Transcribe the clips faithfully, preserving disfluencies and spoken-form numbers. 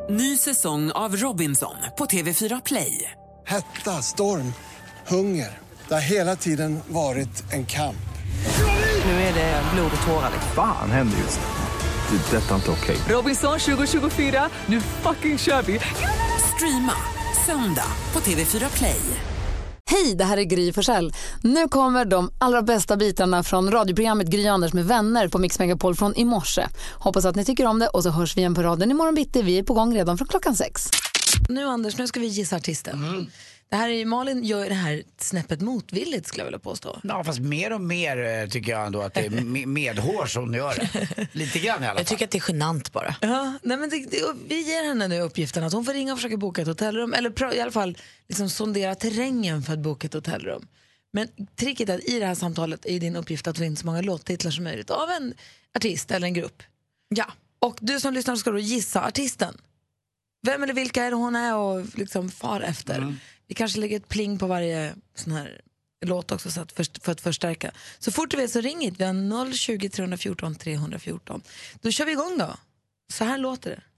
Ny säsong av Robinson på T V fyra Play. Hetta, storm, hunger. Det har hela tiden varit en kamp. Nu är det blod och tårar. Fan händer just det. Det är detta inte okej. Robinson tjugo tjugofyra, nu fucking kör vi. Streama söndag på T V fyra Play. Hej, det här är Gry Forssell. Nu kommer de allra bästa bitarna från radioprogrammet Gry Anders med vänner på Mix Megapol från i morse. Hoppas att ni tycker om det och så hörs vi igen på raden imorgon bitti. Vi är på gång redan från klockan sex. Nu Anders, nu ska vi gissa artisten. Mm. Det här är Malin gör det här snäppet motvilligt skulle jag vilja påstå. Ja, fast mer och mer tycker jag ändå att det är medhår som gör det. Lite grann i alla fall. Jag tycker att det är genant bara. Ja, nej men det, det, vi ger henne nu uppgiften att hon får ringa och försöka boka ett hotellrum. Eller i alla fall liksom sondera terrängen för att boka ett hotellrum. Men tricket är att i det här samtalet är din uppgift att få in så många låttitlar som möjligt av en artist eller en grupp. Ja, och du som lyssnar ska då gissa artisten. Vem eller vilka är det hon är och liksom far efter. Mm. Vi kanske lägger ett pling på varje sån här låt också så att för, för att förstärka. Så fort du vet så ring hit. Vi har noll tjugo, tre fjorton, tre fjorton. Då kör vi igång då. Så här låter det.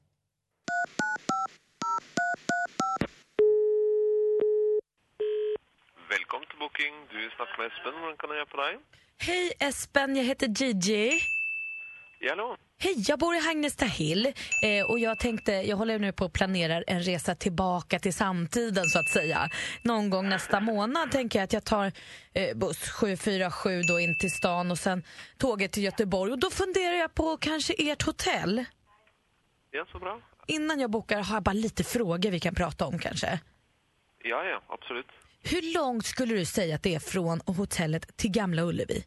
Välkommen till Booking. Du är snabbt med Espen. Vad kan jag hjälpa dig? Hej Espen, jag heter Gigi. Ja, hallå. Hej, jag bor i Hagnestahill eh, och jag tänkte, jag håller nu på att planera en resa tillbaka till samtiden så att säga. Någon gång nästa månad tänker jag att jag tar eh, buss sju fyra sju då in till stan och sen tåget till Göteborg. Och då funderar jag på kanske ert hotell. Ja, så bra. Innan jag bokar har jag bara lite frågor vi kan prata om kanske. Ja, ja, absolut. Hur långt skulle du säga att det är från hotellet till Gamla Ullevi?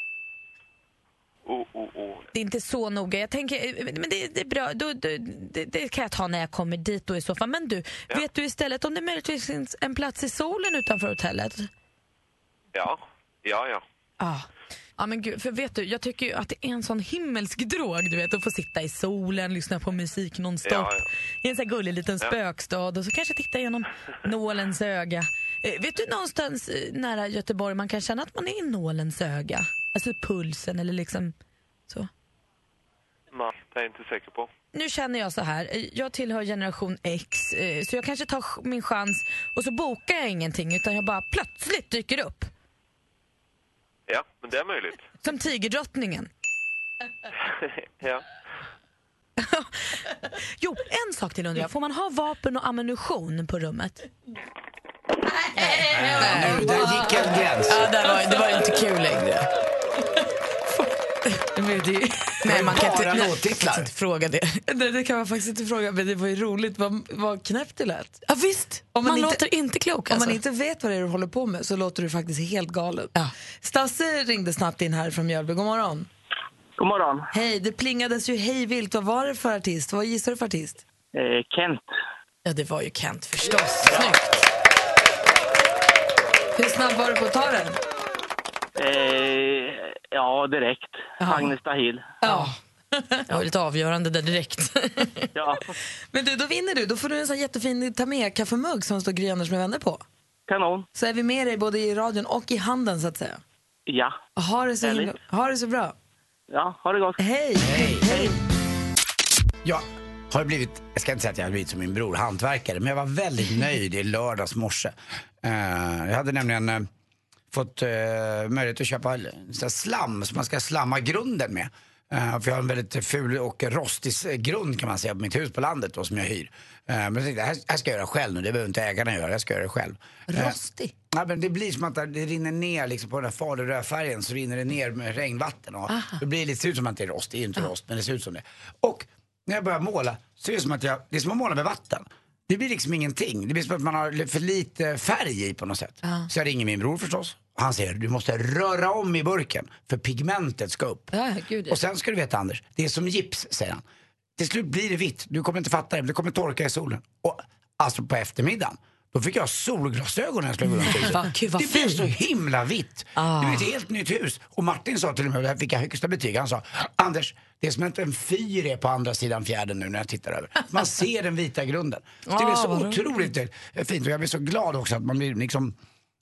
Oh, oh, oh. Det är inte så noga. Jag tänker, men det, det är bra. Då, då, det, det kan jag ta när jag kommer dit då i så fall. Men du, ja. Vet du istället om det möjligtvis finns en plats i solen utanför hotellet? Ja, ja, ja. Ah. Ja, men gud, för vet du, jag tycker ju att det är en sån himmelsk drog, du vet, att få sitta i solen, lyssna på musik nonstop. Ja, ja. I en sån här gullig liten ja. spökstad och så kanske titta genom nålens öga. Eh, vet du någonstans eh, nära Göteborg man kan känna att man är i nålens öga? Alltså pulsen eller liksom så. Nej, det är jag inte säker på. Nu känner jag så här, jag tillhör generation X, så jag kanske tar min chans och så bokar jag ingenting utan jag bara plötsligt dyker upp. Ja, men det är möjligt. Som tigerdrottningen. Ja. Jo, en sak till undrar jag. Får man ha vapen och ammunition på rummet? Nej, nu, där gick en gräns. Ja, det var, det var inte kul längre. Nej, man kan inte, nej, inte fråga det. Nej, det kan man faktiskt inte fråga. Men det var ju roligt. Vad, vad knäppt det lät. Ja visst, om man, man inte, låter inte klok. Om alltså. man inte vet vad det är du håller på med så låter du faktiskt helt galen. Ja. Stasse ringde snabbt in här från Mjölby. God morgon. God morgon. Hej, det plingades ju hej vilt. Vad var det för artist? Vad gissar du för artist? Eh, Kent. Ja, det var ju Kent förstås. Snyggt. Hur snabb var du på att ta den? Eh, ja, direkt. Hagnestahill. Ja. Det var lite avgörande där direkt. Ja. Men du, då vinner du. Då får du en sån jättefin ta med kaffemugg som står Gry Anders med vänner på. Kanon. Så är vi med dig både i radion och i handen så att säga. Ja. Ha det så, himla, ha det så bra. Ja, ha det gott. Hej. Hej. Hej. Jag har blivit, jag ska inte säga att jag har blivit som min bror, hantverkare, men jag var väldigt nöjd i lördags morse. Uh, jag hade nämligen uh, fått uh, möjlighet att köpa slam som man ska slamma grunden med. Uh, för jag har en väldigt ful och rostig grund kan man säga på mitt hus på landet då, som jag hyr. Uh, men jag tänkte, här, här ska jag göra själv nu, det behöver inte ägarna göra, jag ska göra det själv. Rostig? Uh, ja, men det blir som att det rinner ner liksom, på den här faderrödfärgen så rinner det ner med regnvatten. Och det blir lite, ser ut som att det är rost, det är inte uh. rost, men det ser ut som det. Och när jag börjar måla så är det som att jag, det är som att måla med vatten. Det blir liksom ingenting. Det blir som att man har för lite färg i på något sätt. Uh. Så jag ringer min bror förstås. Han säger, du måste röra om i burken för pigmentet ska upp. Ja, gud, ja. Och sen ska du veta Anders, det är som gips, säger han. Till slut blir det vitt. Du kommer inte fatta det, det kommer torka i solen. Och alltså på eftermiddagen, då fick jag solglasögon när jag skulle gå runt huset. Det blev så himla vitt. Ah. Det blev ett helt nytt hus. Och Martin sa till mig, där fick jag högsta betyg. Han sa, Anders, det är som att en fyr är på andra sidan fjärden nu när jag tittar över. Man ser den vita grunden. Så det är så ah, otroligt fint. Och jag blir så glad också att man blir liksom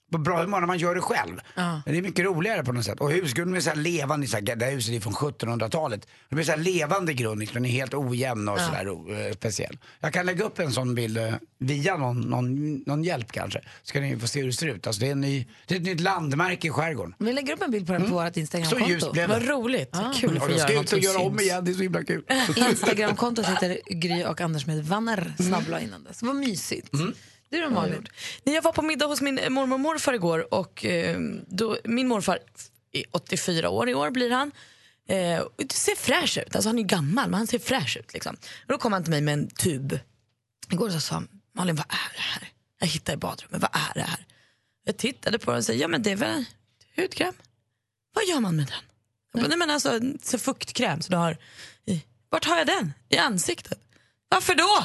bra humör när man gör det själv. Ja. Det är mycket roligare på något sätt. Och husgrunden är så här levande, så här, det här huset är från sjuttonhundratalet. Det blir så här levande grund, den är helt ojämn och ja. sådär uh, speciell. Jag kan lägga upp en sån bild uh, via någon, någon, någon hjälp kanske. Ska ni få se hur det ser ut. Alltså, det, är en ny, det är ett nytt landmärke i skärgården. Vi lägger upp en bild på den på mm. vårt Instagramkonto. Så ljust blev det. Vad roligt. Ah. Kul att få ja, göra något och göra syns. om igen, det är så himla kul. Instagramkontot heter Gry och Anders med Vanner snabbla innan det. Så vad mysigt. Mm. Du är Malin. Nej, jag var på middag hos min mormor och morfar igår och eh, då, min morfar är åttiofyra år i år blir han. Eh, ser fräsch ut, alltså han är ju gammal men han ser fräsch ut liksom. Och då kom han till mig med en tub. Igår så sa han, Malin, vad är det här? Jag hittade i badrummet, vad är det här? Jag tittade på den och sa, ja men det är väl hudkräm. Vad gör man med den? Jag bara, nej men alltså så fuktkräm så du har i. Vart har jag den? I ansiktet. Varför då?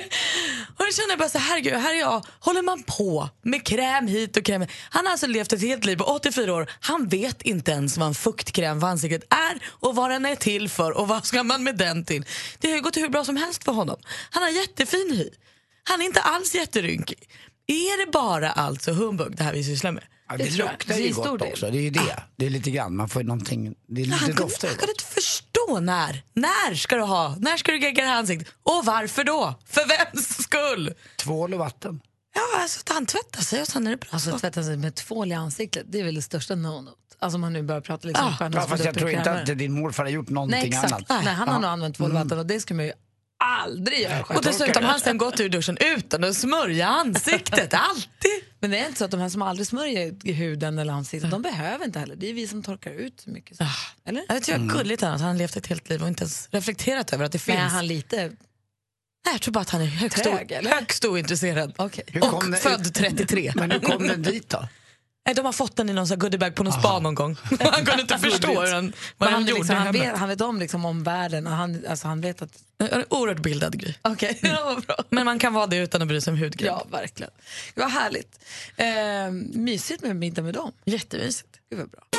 Och då känner jag bara så här, gud, här är jag. Håller man på med kräm hit och kräm. Han har alltså levt ett helt liv på åttiofyra år. Han vet inte ens vad en fuktkräm för ansiktet är och vad den är till för och vad ska man med den till. Det har ju gått hur bra som helst för honom. Han har jättefin hy. Han är inte alls jätterynkig. Är det bara alltså humbug det här vi sysslar med? Ja, det, det luktar ju gott också, det är ju det. Ah. Det är lite grann, man får någonting, det är lite han dofter. Jag kan inte förstå när. När ska du ha? När ska du gegga det här ansiktet? Och varför då? För vems skull? Tvål och vatten. Ja, alltså att han tvättar sig och sen är det bra. Alltså tvätta sig med tvål i ansiktet, det är väl det största no-not. Alltså om man nu börjar prata liksom. Ah. Ja, fast jag tror inte att din morfar har gjort någonting Nej, exakt. annat. Nej, han har ah. nog använt tvål och vatten och det ska man ju aldrig göra själv. Och dessutom har han sen gått ur duschen utan att smörja ansiktet, alltid. Men det är inte så att de här som aldrig smörjer huden eller ansiktet, de behöver inte heller. Det är vi som torkar ut så mycket. Så. Eller? Jag tror jag är gulligt att han har levt ett helt liv och inte ens reflekterat över att det finns. Men är han lite... Nej, jag tror bara att han är högst, Trög, o- högst ointresserad. Okay. Och född trettiotre. Men hur kom den dit då? Nej, de har fått den i någon sån goodie-bag på någon spa någon gång. Han kunde inte förstå hur han, vad han, han gjorde liksom, han, vet, han vet om liksom, om världen och han, alltså, han vet att... Han är oerhört bildad grej. Okej, okay. Ja, bra. Men man kan vara det utan att bry sig om hudgrej. Ja, verkligen. Det var härligt. Eh, mysigt med middag med dem. Jättemysigt. Det var bra.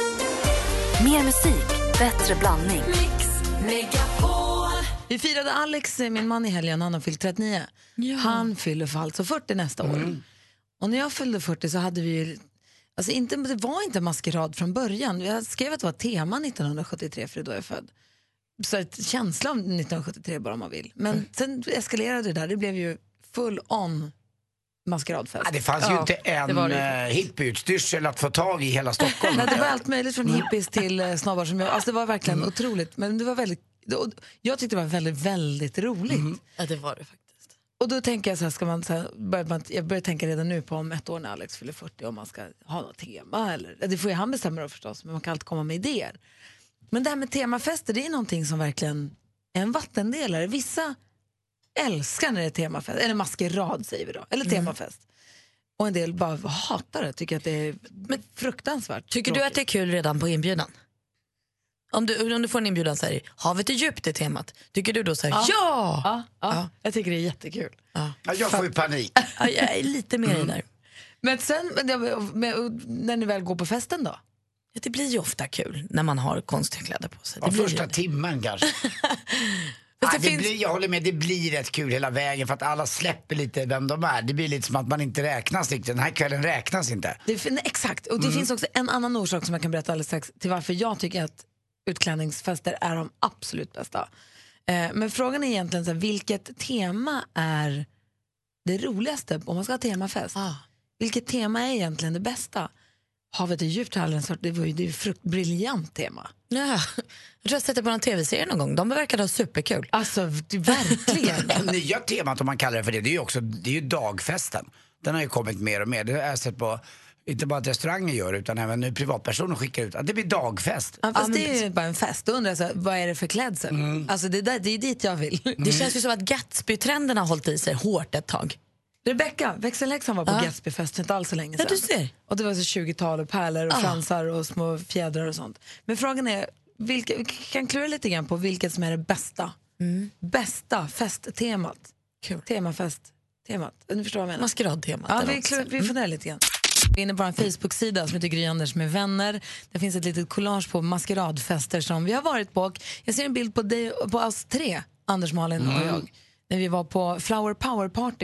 Mer musik, bättre blandning. Mix Megapol. Vi firade Alex, min man, i helgen. Han har fyllt trettionio. Ja. Han fyller för alltså fyrtio nästa år. Mm. Och när jag fyllde fyrtio så hade vi ju... Alltså inte, det var inte maskerad från början. Jag skrev att det var tema nittonhundrasjuttiotre för då är jag född. Så ett känsla om nittonhundrasjuttiotre bara om man vill. Men mm. sen eskalerade det där. Det blev ju full on maskeradfest. Ja, det fanns ja, ju inte en uh, hippieutstyrsel att få tag i hela Stockholm. Nej, det var allt möjligt från hippies till uh, snobbar som jag. Alltså det var verkligen mm. otroligt. Men det var väldigt, jag tyckte det var väldigt, väldigt roligt. Mm. Ja, det var det faktiskt. Och då tänker jag så här, ska man, så här, börjar man, jag börjar tänka redan nu på om ett år när Alex fyller fyrtio om man ska ha något tema. Eller, det får ju han bestämma då förstås, men man kan alltid komma med idéer. Men det här med temafester, det är någonting som verkligen är en vattendelare. Vissa älskar när det är temafest, eller maskerad säger vi då, eller temafest. Mm. Och en del bara hatar det, tycker att det är men, fruktansvärt. Tycker tråkigt. Du att det är kul redan på inbjudan? Om du, om du får en inbjudan så här, havet är djupt i temat. Tycker du då så här, ja! Ja! Ja, ja. ja. Jag tycker det är jättekul. Ja. Ja, jag får ju panik. Ja, jag är lite mer mm. i där. Men sen, när ni väl går på festen då? Ja, det blir ju ofta kul när man har konstiga kläder på sig. Det ja, blir första det. timmen kanske. Ah, det finns... blir, jag håller med, det blir rätt kul hela vägen för att alla släpper lite vem de är. Det blir lite som att man inte räknas riktigt. Den här kvällen räknas inte. Det, nej, exakt, och det mm. finns också en annan orsak som jag kan berätta alldeles strax till varför jag tycker att utklädningsfester är de absolut bästa. Eh, men frågan är egentligen så här, vilket tema är det roligaste om man ska ha temafest? Ah. Vilket tema är egentligen det bästa? Havet är djupt hallen, det var ju det är frukt, briljant tema. Ja, jag tror jag sett det på någon tv-serie någon gång. De verkade ha superkul. Alltså, verkligen. Det nya temat, om man kallar det för det, det är ju också det är ju dagfesten. Den har ju kommit mer och mer. Det har jag sett på, inte bara att restauranger gör, utan även nu privatpersoner skickar ut att det blir dagfest. Ja, fast det är ju bara en fest. Då undrar jag så här, vad är det för klädsel? Mm. Alltså det, där, det är dit jag vill. Mm. Det känns ju som att Gatsby-trenden har hållit i sig hårt ett tag. Rebecca, växelläxan var på ja. Gatsby-fest inte alls så länge sedan. Ja, du ser. Och det var så tjugotal och pärlor och ja. fransar och små fjädrar och sånt. Men frågan är, vilka, vi kan klura lite grann på vilket som är det bästa. Mm. Bästa festtemat. Cool. Temafest-temat. Du förstår vad jag menar? Maskeradtemat. Ja, vi, klur, vi funderar lite grann. Vi är inne på en Facebook-sida som heter Gry Anders med vänner. Det finns ett litet collage på maskeradfester som vi har varit på. Jag ser en bild på, dig, på oss tre, Anders, Malin och mm. jag. När vi var på Flower Power Party.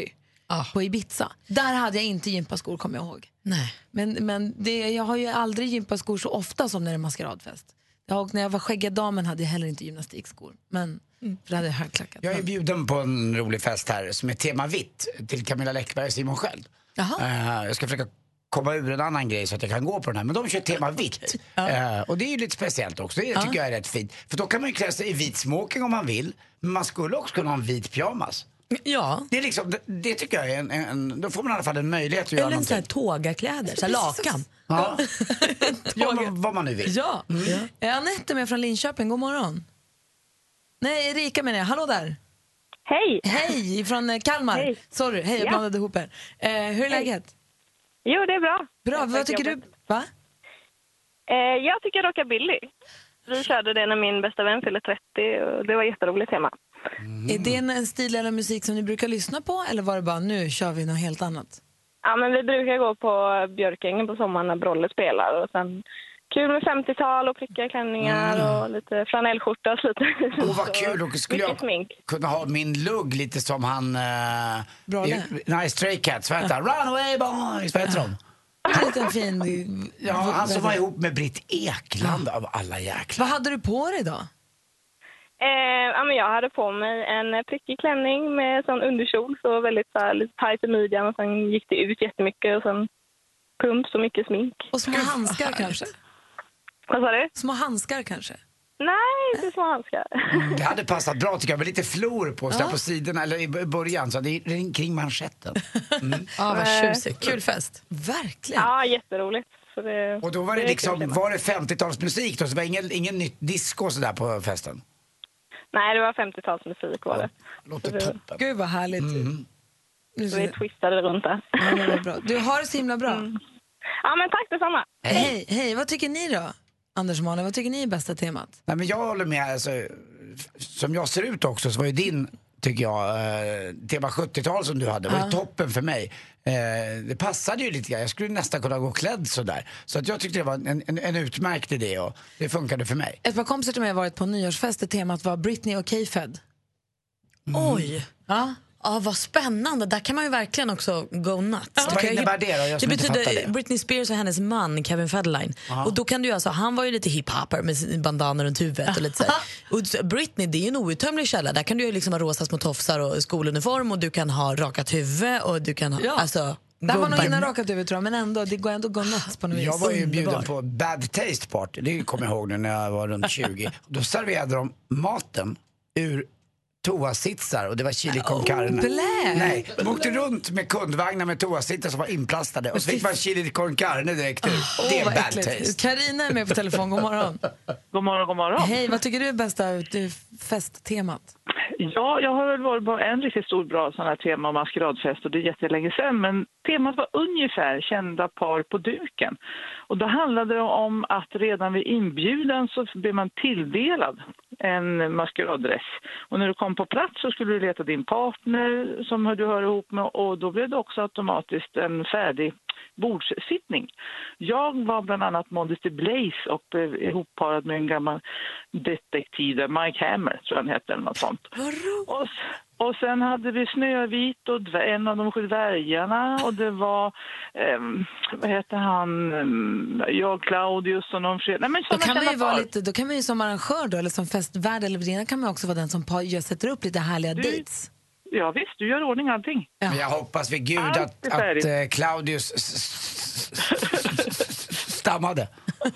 ah. på Ibiza. Där hade jag inte gympaskor, kommer jag ihåg. Nej. Men, men det, jag har ju aldrig gympaskor så ofta som när det är maskeradfest. Jag, när jag var skäggiga damen hade jag heller inte gymnastikskor. Men mm. för det hade jag högklackat. Jag är bjuden på en rolig fest här som är tema vitt till Camilla Läckberg och Simon Sköld. Uh, jag ska försöka komma ur en annan grej så att jag kan gå på den här. Men de kör tema vitt. ja. uh, och det är ju lite speciellt också. Det ja. tycker jag är rätt fint. För då kan man ju klä sig i vit smoking om man vill. Men man skulle också kunna ha en vit pyjamas. Ja. Det, är liksom, det, det tycker jag är en, en... Då får man i alla fall en möjlighet att göra Eller en någonting. sån här tågakläder, så här lakan. Ja, ja men, vad man nu vill. Ja. Mm. Ja. Anette är med från Linköping, god morgon. Nej, Erika menar jag, hallå där. Hej. Hej, från Kalmar. Hej. Sorry, hej, jag ja. blandade ihop er. Eh, hur är läget? Jo, det är bra. Bra, vad tycker du? Va? Eh, jag tycker rockabilly. Vi körde det när min bästa vän fyllde trettio och det var ett jätteroligt tema. Mm. Är det en stil eller musik som ni brukar lyssna på eller var det bara nu kör vi något helt annat? Ja, men vi brukar gå på Björkängen på sommaren när Brolle spelar och sen kul med femtiotal och prickiga klänningar mm. och lite flanellskjorta och lite. Åh, oh, vad kul. Och skulle jag smink. kunna ha min lugg lite som han... Uh, Brolle? Nej, Stray Cats. Vad heter han? Runaway Boys. Vad heter de? En liten fin... Ja, han som var ihop med Britt Ekland av alla jäklar. Vad hade du på dig då? Eh, ja, men jag hade på mig en prickig klänning med sån underkjol, så väldigt så här, lite tajt i midjan och sen gick det ut jättemycket och sen pump så mycket smink. Och små handskar kanske? Vad sa du? Små handskar kanske? Nej, inte små handskar. Mm, det hade passat bra tycker jag, med lite flor på så ja. på sidorna eller i början så det är kring manschetten. Mm. Ja, vad tjusigt. Kul fest. Verkligen. Ja, jätteroligt. Så det, och då var det, det liksom, var det femtiotalsmusik då? Så det var ingen, ingen nytt disco så där på festen? Nej, det var femtiotalsmusik var det. Ja, låter toppen. Gud vad härligt. Mm. Så vi twistade runt där. Ja, det var bra. Du har det så himla bra. Mm. Ja, men tack detsamma. Hej. Hej, hej. Vad tycker ni då? Anders och Malin, vad tycker ni är bästa temat? Nej, men jag håller med. Alltså, som jag ser ut också så var ju din, tycker jag, eh, tema sjuttiotal som du hade, var ju toppen för mig. Eh, det passade ju lite grann. Jag skulle nästan kunna gå klädd sådär. Så att jag tyckte det var en, en, en utmärkt idé och det funkade för mig. Ett par kompisar till mig har varit på nyårsfest där temat var Britney och K-Fed. Mm. Oj! Ja. Ja, vad spännande. Där kan man ju verkligen också go nuts. Ja. Vad innebär det då? Jag det betyder det. Britney Spears och hennes man Kevin Federline. Aha. Och då kan du alltså, han var ju lite hiphopper med sin bandana runt huvudet och lite så här. Och Britney, det är ju en outtömlig källa. Där kan du ju liksom ha rosa små tofsar och skoluniform och du kan ha rakat huvud och du kan ha, ja. alltså... Det var nog innan rakat huvud tror jag, men ändå, det går ändå gå nuts på något vis. Jag var ju bjuden på Bad Taste Party, det kommer jag ihåg nu när jag var runt tjugo. Då serverade de maten ur toasitsar och det var chili con carne. Oh, Nej, de åkte runt med kundvagnar med toasitsar som var inplastade och så fick man chili con carne direkt ut. Oh, det är bad äckligt. Taste. Carina är med på telefon, god morgon. God morgon, god morgon. Hej, vad tycker du är bästa festtemat? Ja, jag har väl varit på en riktigt stor bra sån här tema maskeradfest och det är jättelänge sedan, men temat var ungefär kända par på duken. Och då handlade det om att redan vid inbjudan så blev man tilldelad en maskeraddress. Och när du kom på plats så skulle du leta din partner som du hör ihop med och då blev det också automatiskt en färdig bordssittning. Jag var bland annat Modesty Blaze och blev ihopparad med en gammal detektiv, Mike Hammer tror jag han hette eller något sånt. Och, och sen hade vi Snövit och en av de sju dvärgarna och det var eh, vad heter han um, jag, Claudius och någon fred. Nej, men då kan man ju vara lite, då kan man ju som arrangör då, eller som festvärd eller värdinna kan man också vara den som par, sätter upp lite härliga du, dates. Ja visst, du gör ordning allting. Ja. Men jag hoppas vid Gud att, att uh, Claudius stammade.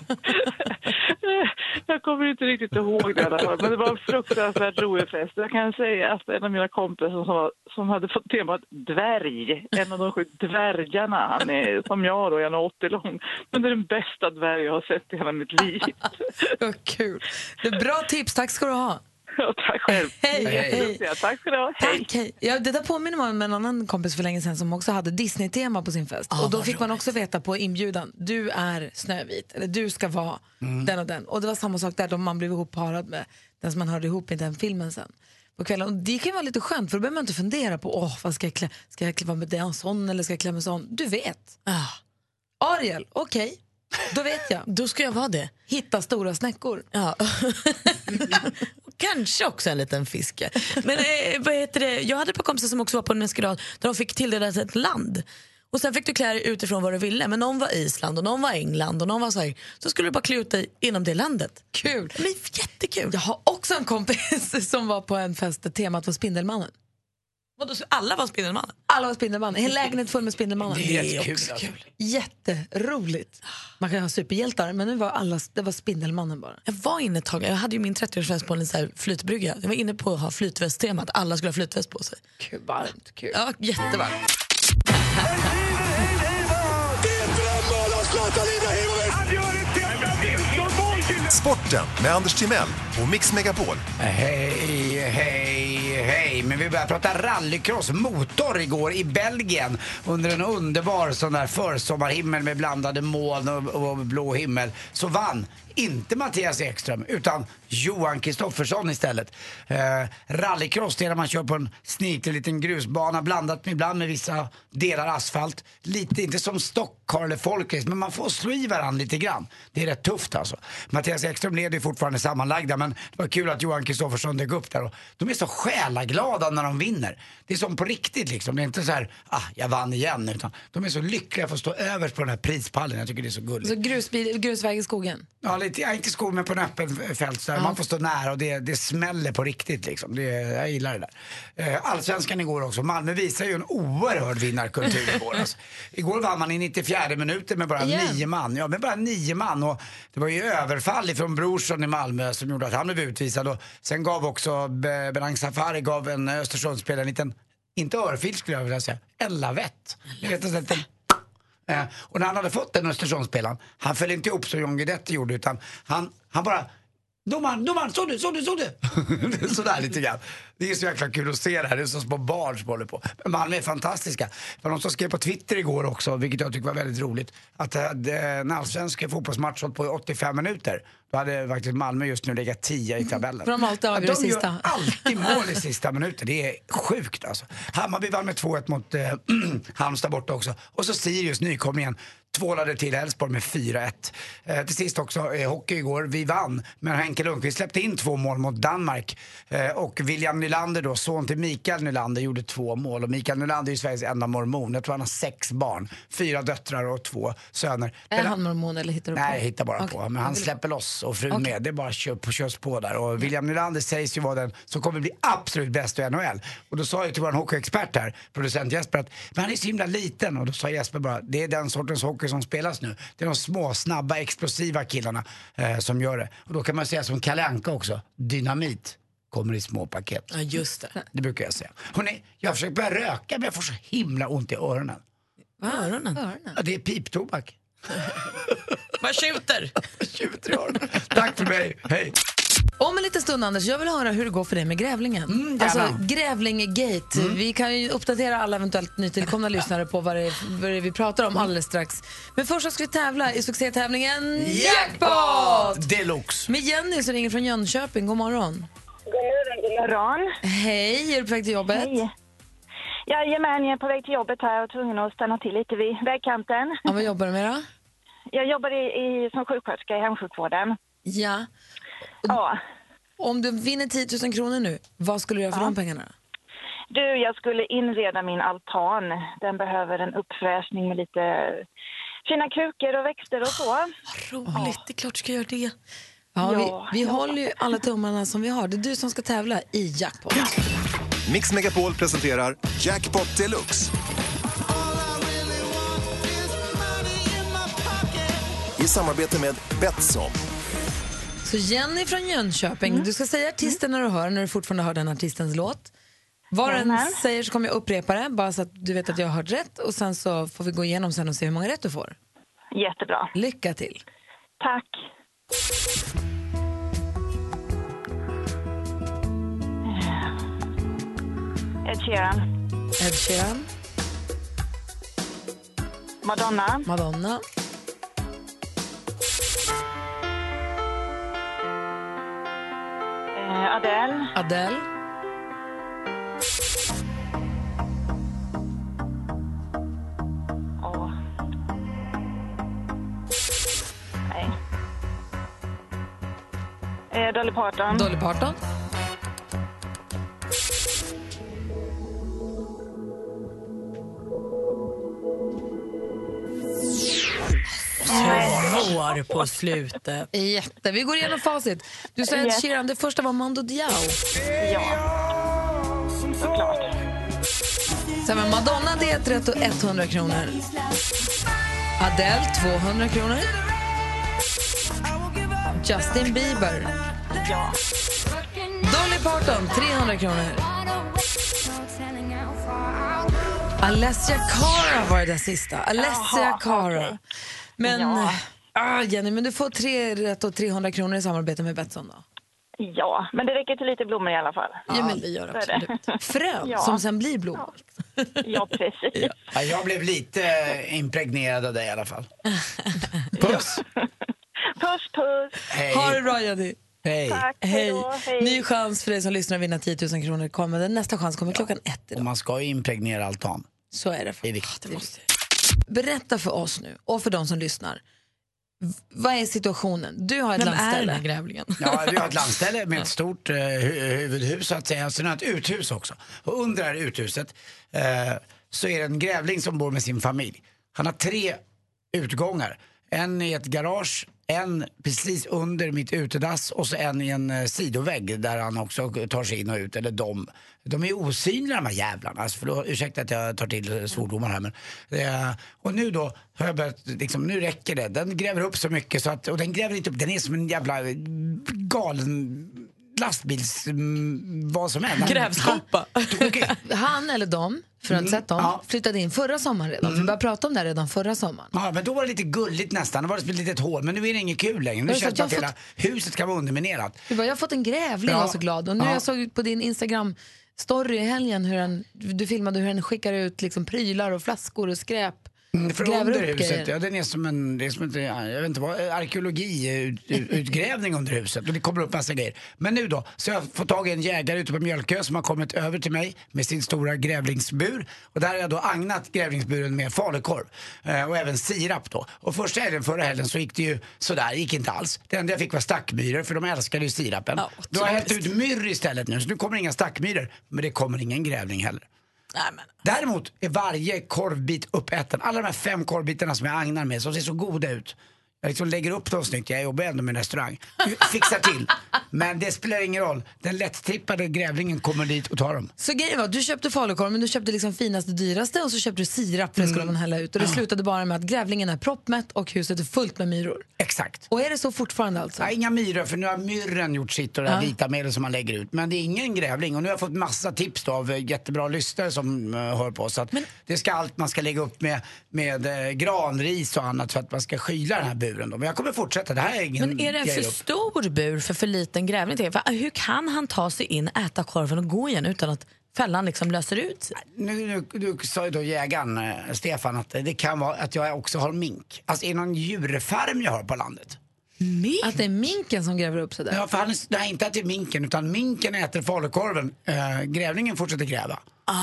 Jag kommer inte riktigt ihåg det i alla fall, men det var en fruktansvärt rolig fest. Jag kan säga att en av mina kompisar som, som hade fått temat dvärg, en av de sju dvärgarna, han är som jag då, han är åttio lång, men det är den bästa dvärg jag har sett i hela mitt liv. Vad kul. Det är bra tips, tack ska du ha. Ja, tack själv. Hej, hej. Tack ska du ha. Hej. Tack, hej. Ja, det där påminner mig om en annan kompis för länge sedan som också hade Disney-tema på sin fest. Oh, och då fick man också veta på inbjudan, du är Snövit, eller du ska vara mm. den och den. Och det var samma sak där, då man blev ihopparad med den som man hörde ihop i den filmen sen. På kvällen. Och det kan ju vara lite skönt, för då behöver man inte fundera på, åh, vad ska jag klä? Ska jag klä med den sån eller ska jag klä med sån? Du vet. Ah. Ariel, okej. Okay. Då vet jag. Då ska jag vara det. Hitta stora snäckor. Ja. kanske också en liten fisk. Men eh, vad heter det? Jag hade ett par kompisar som också var på en maskerad där de fick tilldelas ett land. Och sen fick du klä dig utifrån vad du ville. Men någon var Island och någon var England och någon var Sverige. Så skulle du bara klä ut dig inom det landet. Kul. Det är jättekul. Jag har också en kompis som var på en fest där temat var Spindelmannen. Vadå, så alla var Spindelmannen? Alla var Spindelmannen. Hela lägenhet full med Spindelmannen. Det är jättekul. också kul. Jätteroligt. Man kan ha superhjältar, men nu var alla, det var Spindelmannen bara. Jag var inne ett tag, jag hade ju min trettioårsfest på en så här flytbrygga. Jag var inne på att ha flytvästtemat, alla skulle ha flytväst på sig. Kul, varmt, kul. Ja, jättevarmt. Sporten med Anders Timell och Mix Megapol. Hej, hej, hej. Men vi börjar prata rallycross. Motor igår i Belgien under en underbar sån där försommarhimmel med blandade moln och, och blå himmel. Så vann inte Mattias Ekström utan Johan Kristoffersson istället. Eh, rallycross, det är när man kör på en sniklig liten grusbana blandat med ibland med vissa delar asfalt. Lite, inte som Stockholm eller Folkrace, men man får slå i varandra lite grann. Det är rätt tufft alltså. Mattias Ekström leder ju fortfarande sammanlagda, men det var kul att Johan Kristoffersson dök upp där. Och de är så själaglada när de vinner. Det är som på riktigt liksom. Det är inte så här, ah, jag vann igen, utan de är så lyckliga för att stå överst på den här prispallen. Jag tycker det är så gulligt. Så grusbil, grusväg i skogen? Ja, lite, ja, inte skog, men på en öppen fält där. Ja. Man får stå nära och det, det smäller på riktigt liksom. Det, jag gillar det där. Eh, Allsvenskan igår också. Malmö visar ju en oerhörd vinnarkultur igår. Alltså. Igår vann man i nittiofjärde minuten med bara yeah. nio man. Ja, med bara nio man. Och det var ju överfall ifrån Brorsson i Malmö som gjorde att han blev utvisad. Och sen gav också Benang Safari gav en Östersundsspelare en liten, inte örfil skulle jag vilja säga, en lavett. Jag vet inte, en Eh, och när han hade fått den Östersundsspelaren, han föll inte ihop som John Guidetti gjorde, utan han, han bara domaren, domaren, såg du, såg du, såg du sådär lite grann. Det är så jäkla kul att se det här. Det är så små barn som håller på. Men Malmö är fantastiska. Det var någon som skrev på Twitter igår också, vilket jag tycker var väldigt roligt, att en allsvensk fotbollsmatch hållit på i åttiofem minuter. Då hade faktiskt Malmö just nu legat tio i tabellen. De alltid avgör det sista. De gör alltid mål i sista minuten. Det är sjukt alltså. Hammarby vann med två ett mot eh, Halmstad borta också. Och så Sirius, nykomlingen, tvålade till Elfsborg med fyra ett. Eh, till sist också eh, hockey igår. Vi vann, men Henke Lundqvist släppte in två mål mot Danmark. Eh, och William Nylander då, son till Mikael Nylander, gjorde två mål. Och Mikael Nylander är ju Sveriges enda mormon. Jag tror han har sex barn. Fyra döttrar och två söner. Är men, han mormon eller hittar du på? Nej, jag hittar bara okay. på. Men han släpper loss och frun okay. med. Det är bara kö- på körs på där. Och William Nylander sägs ju vara den som kommer bli absolut bäst i N H L. Och då sa jag till vår hockeyexpert här, producent Jesper, att men han är så himla liten. Och då sa Jesper bara, det är den sortens hockey som spelas nu. Det är de små, snabba, explosiva killarna eh, som gör det. Och då kan man säga som Kalle Anka också, dynamit kommer i små paket. Ja, just det. Det brukar jag säga. Hörrni, jag har försökt börja röka, men jag får så himla ont i öronen. Vad är öronen? Ja, det är piptobak. Vad tjuter? Tjuter i öronen. Tack för mig, hej. Om en liten stund, Anders, jag vill höra hur det går för dig med grävlingen. Mm, alltså Grävlinggate. Mm. Vi kan ju uppdatera alla eventuellt nytillkomna lyssnare på vad det, är, vad det är vi pratar om alldeles strax. Men först så ska vi tävla i succétävlingen Jackpot! Deluxe. Med Jenny som ringer från Jönköping. God morgon. God morgon, god morgon. Hej, är du på väg till jobbet? Hej. Jajamän, jag är på väg till jobbet här och tvungen att stanna till lite vid vägkanten. Ja, vad jobbar du med då? Jag jobbar i, i, som sjuksköterska i hemsjukvården. Ja. Ja. Om du vinner tio tusen kronor nu, vad skulle du göra för ja. de pengarna? Du, jag skulle inreda min altan. Den behöver en uppfräschning med lite fina krukor och växter och så. Oh, vad roligt, ja. Det är klart du ska göra det. Ja, ja, vi, vi ja. håller ju alla tummarna som vi har. Det är du som ska tävla i Jackpot. Mix Megapol presenterar Jackpot Deluxe. I samarbete med Betsson. Så Jenny från Jönköping, mm. du ska säga artisten när du hör, när du fortfarande hör den artistens låt. Vad den mm. säger så kommer jag upprepa det, bara så att du vet att jag har hört rätt. Och sen så får vi gå igenom sen och se hur många rätt du får. Jättebra. Lycka till. Tack. Ed Sheeran. Ed Sheeran. Madonna. Madonna. Eh, Adele. Adele. Åh. Nej. Eh, Dolly Parton. Dolly Parton. svår på slutet. Jätte. Vi går igenom facit. Du sa Yes. att Sheeran, det första var Mando Diao. Ja, såklart. Sen var Madonna, det är rätt och etthundra kronor. Adele, tvåhundra kronor. Justin Bieber. Ja. Dolly Parton, trehundra kronor. Alessia Cara var det sista. Alessia Jaha, Cara. okej. Men, Ja. ah, Jenny, men du får tre rätt och trehundra kronor i samarbete med Betsson då. Ja, men det räcker till lite blommor i alla fall. Ja, men vi gör Så är det. Frön Ja. som sen blir blommor. Ja, precis. Ja, jag blev lite eh, impregnerad av dig i alla fall. Puss! Puss, puss. Hej. Ha det bra, Jenny. Hej. Tack, Hej. hejdå, hej. Ny chans för dig som lyssnar att vinna tio tusen kronor. Kommer. Den nästa chans kommer klockan ett Och idag. man ska ju impregnera altan. Så är det. Det är viktigt. Det måste. Berätta för oss nu och för de som lyssnar. V- vad är situationen? Du har ett Vem är den landställe. här grävlingen? Ja, vi har ett landställe med ett stort eh, hu- huvudhus så att säga. Sen har ett uthus också. Och under det här uthuset eh, så är det en grävling som bor med sin familj. Han har tre utgångar. En i ett garage, en precis under mitt utedass och så en i en eh, sidovägg där han också tar sig in och ut. Eller de. De är osynliga de här jävlarna. Alltså, förlåt, ursäkta att jag tar till svordomar här. Men, eh, och nu då har jag börjat, liksom, nu räcker det. Den gräver upp så mycket så att, och den gräver inte upp, den är som en jävla galen lastbils, mm, vad som är. Grävskopa. Han eller de, för att Mm, sett dem, ja. flyttade in förra sommaren redan. Mm. Vi började prata om det här redan förra sommaren. Ja, men då var det lite gulligt nästan. Det var ett litet hål, men nu är det inget kul längre. Nu Jag känns har det att fått- hela huset kan vara underminerat. Du bara, jag har fått en grävling, Ja. jag är så glad. Och nu Ja. jag såg på din Instagram story i helgen hur han, du filmade hur han skickar ut liksom prylar och flaskor och skräp. Mm, för Gräver under upp huset, grejer. ja, den är som en, det är som en jag vet inte vad, arkeologiutgrävning under huset och det kommer upp massa grejer. Men nu då, så jag har fått tag i en jägare ute på Mjölkö som har kommit över till mig med sin stora grävlingsbur och där har jag då agnat grävlingsburen med falukorv eh, och även sirap då. Och första helgen, förra helgen så gick det ju sådär, gick inte alls. Det enda jag fick var stackmyror för de älskade ju sirapen. Ja, då har jag hällt ut myrr istället nu så nu kommer inga stackmyror men det kommer ingen grävling heller. Nej, men. Däremot är varje korvbit uppäten. Alla de här fem korvbitarna som jag agnar med som ser så goda ut. Jag liksom lägger upp dem snyggt. Jag jobbar ändå med en restaurang. Fixar till. Men det spelar ingen roll. Den lätt-trippade grävlingen kommer dit och tar dem. Så grejen var, du köpte falukorv men du köpte liksom finaste, dyraste och så köpte du sirap för det skulle man hälla ut. Och det slutade bara med att grävlingen är proppmätt och huset är fullt med myror. Exakt. Och är det så fortfarande alltså? Ja, inga myror för nu har myrren gjort sitt och det här Ja. vita medel som man lägger ut. Men det är ingen grävling och nu har jag fått massa tips då av eh, jättebra lyssnare som uh, hör på oss. Att det ska allt man ska lägga upp med, med eh, granris och annat för att man ska skyla den här buren då. Men jag kommer fortsätta, det här är ingen Men är det en grej för upp. stor bur för för liten grävling till? För hur kan han ta sig in, äta korven och gå igen utan att fällan liksom löser ut sig? Nu, nu, nu sa ju då jägaren, eh, Stefan, att det kan vara att jag också har mink. Alltså är det någon djurfarm jag har på landet? Mink? Att det är minken som gräver upp sig där? Ja, för han, är- nej, inte att det är minken, utan minken äter falukorven. Eh, grävlingen fortsätter gräva.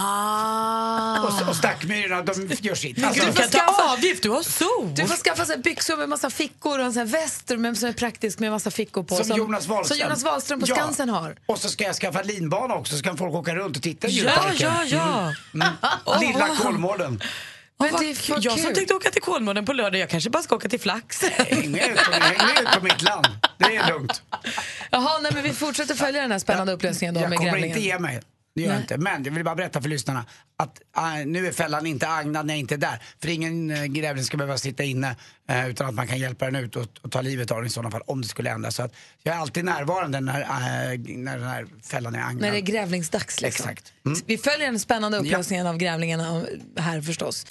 Ah. Och, och stackmyrorna, de gör sitt. Men Alltså, du kan ta avgift, du har sol. Du får skaffa sig byxor med massa fickor och en sån här väst med, som är praktisk med massa fickor på. som, Jonas Wahlström. Som Jonas Wahlström på Ja. Skansen har. Och så ska jag skaffa linbana också, så kan folk åka runt och titta i Ja, djurparken. ja, ja. Mm. Mm. Lilla Kolmården. Men Vad det är för kul. Jag som kul. tänkte åka till Kolmården på lördag, jag kanske bara ska åka till Flax. Häng med ut på, häng med ut på mitt land. Det är lugnt. Jaha, nej, men vi fortsätter följa den här spännande upplösningen då Jag med kommer grävlingen. inte ge mig. Det gör jag Nej. inte. Men jag vill bara berätta för lyssnarna att äh, nu är fällan inte agnad när jag inte är där. För ingen äh, grävling ska behöva sitta inne äh, utan att man kan hjälpa den ut och, och ta livet av den i sådana fall om det skulle hända. Så att jag är alltid närvarande när, äh, när den här fällan är agnad. När det är grävlingsdags liksom. Exakt. Mm. Vi följer den spännande upplösningen av grävlingen här förstås.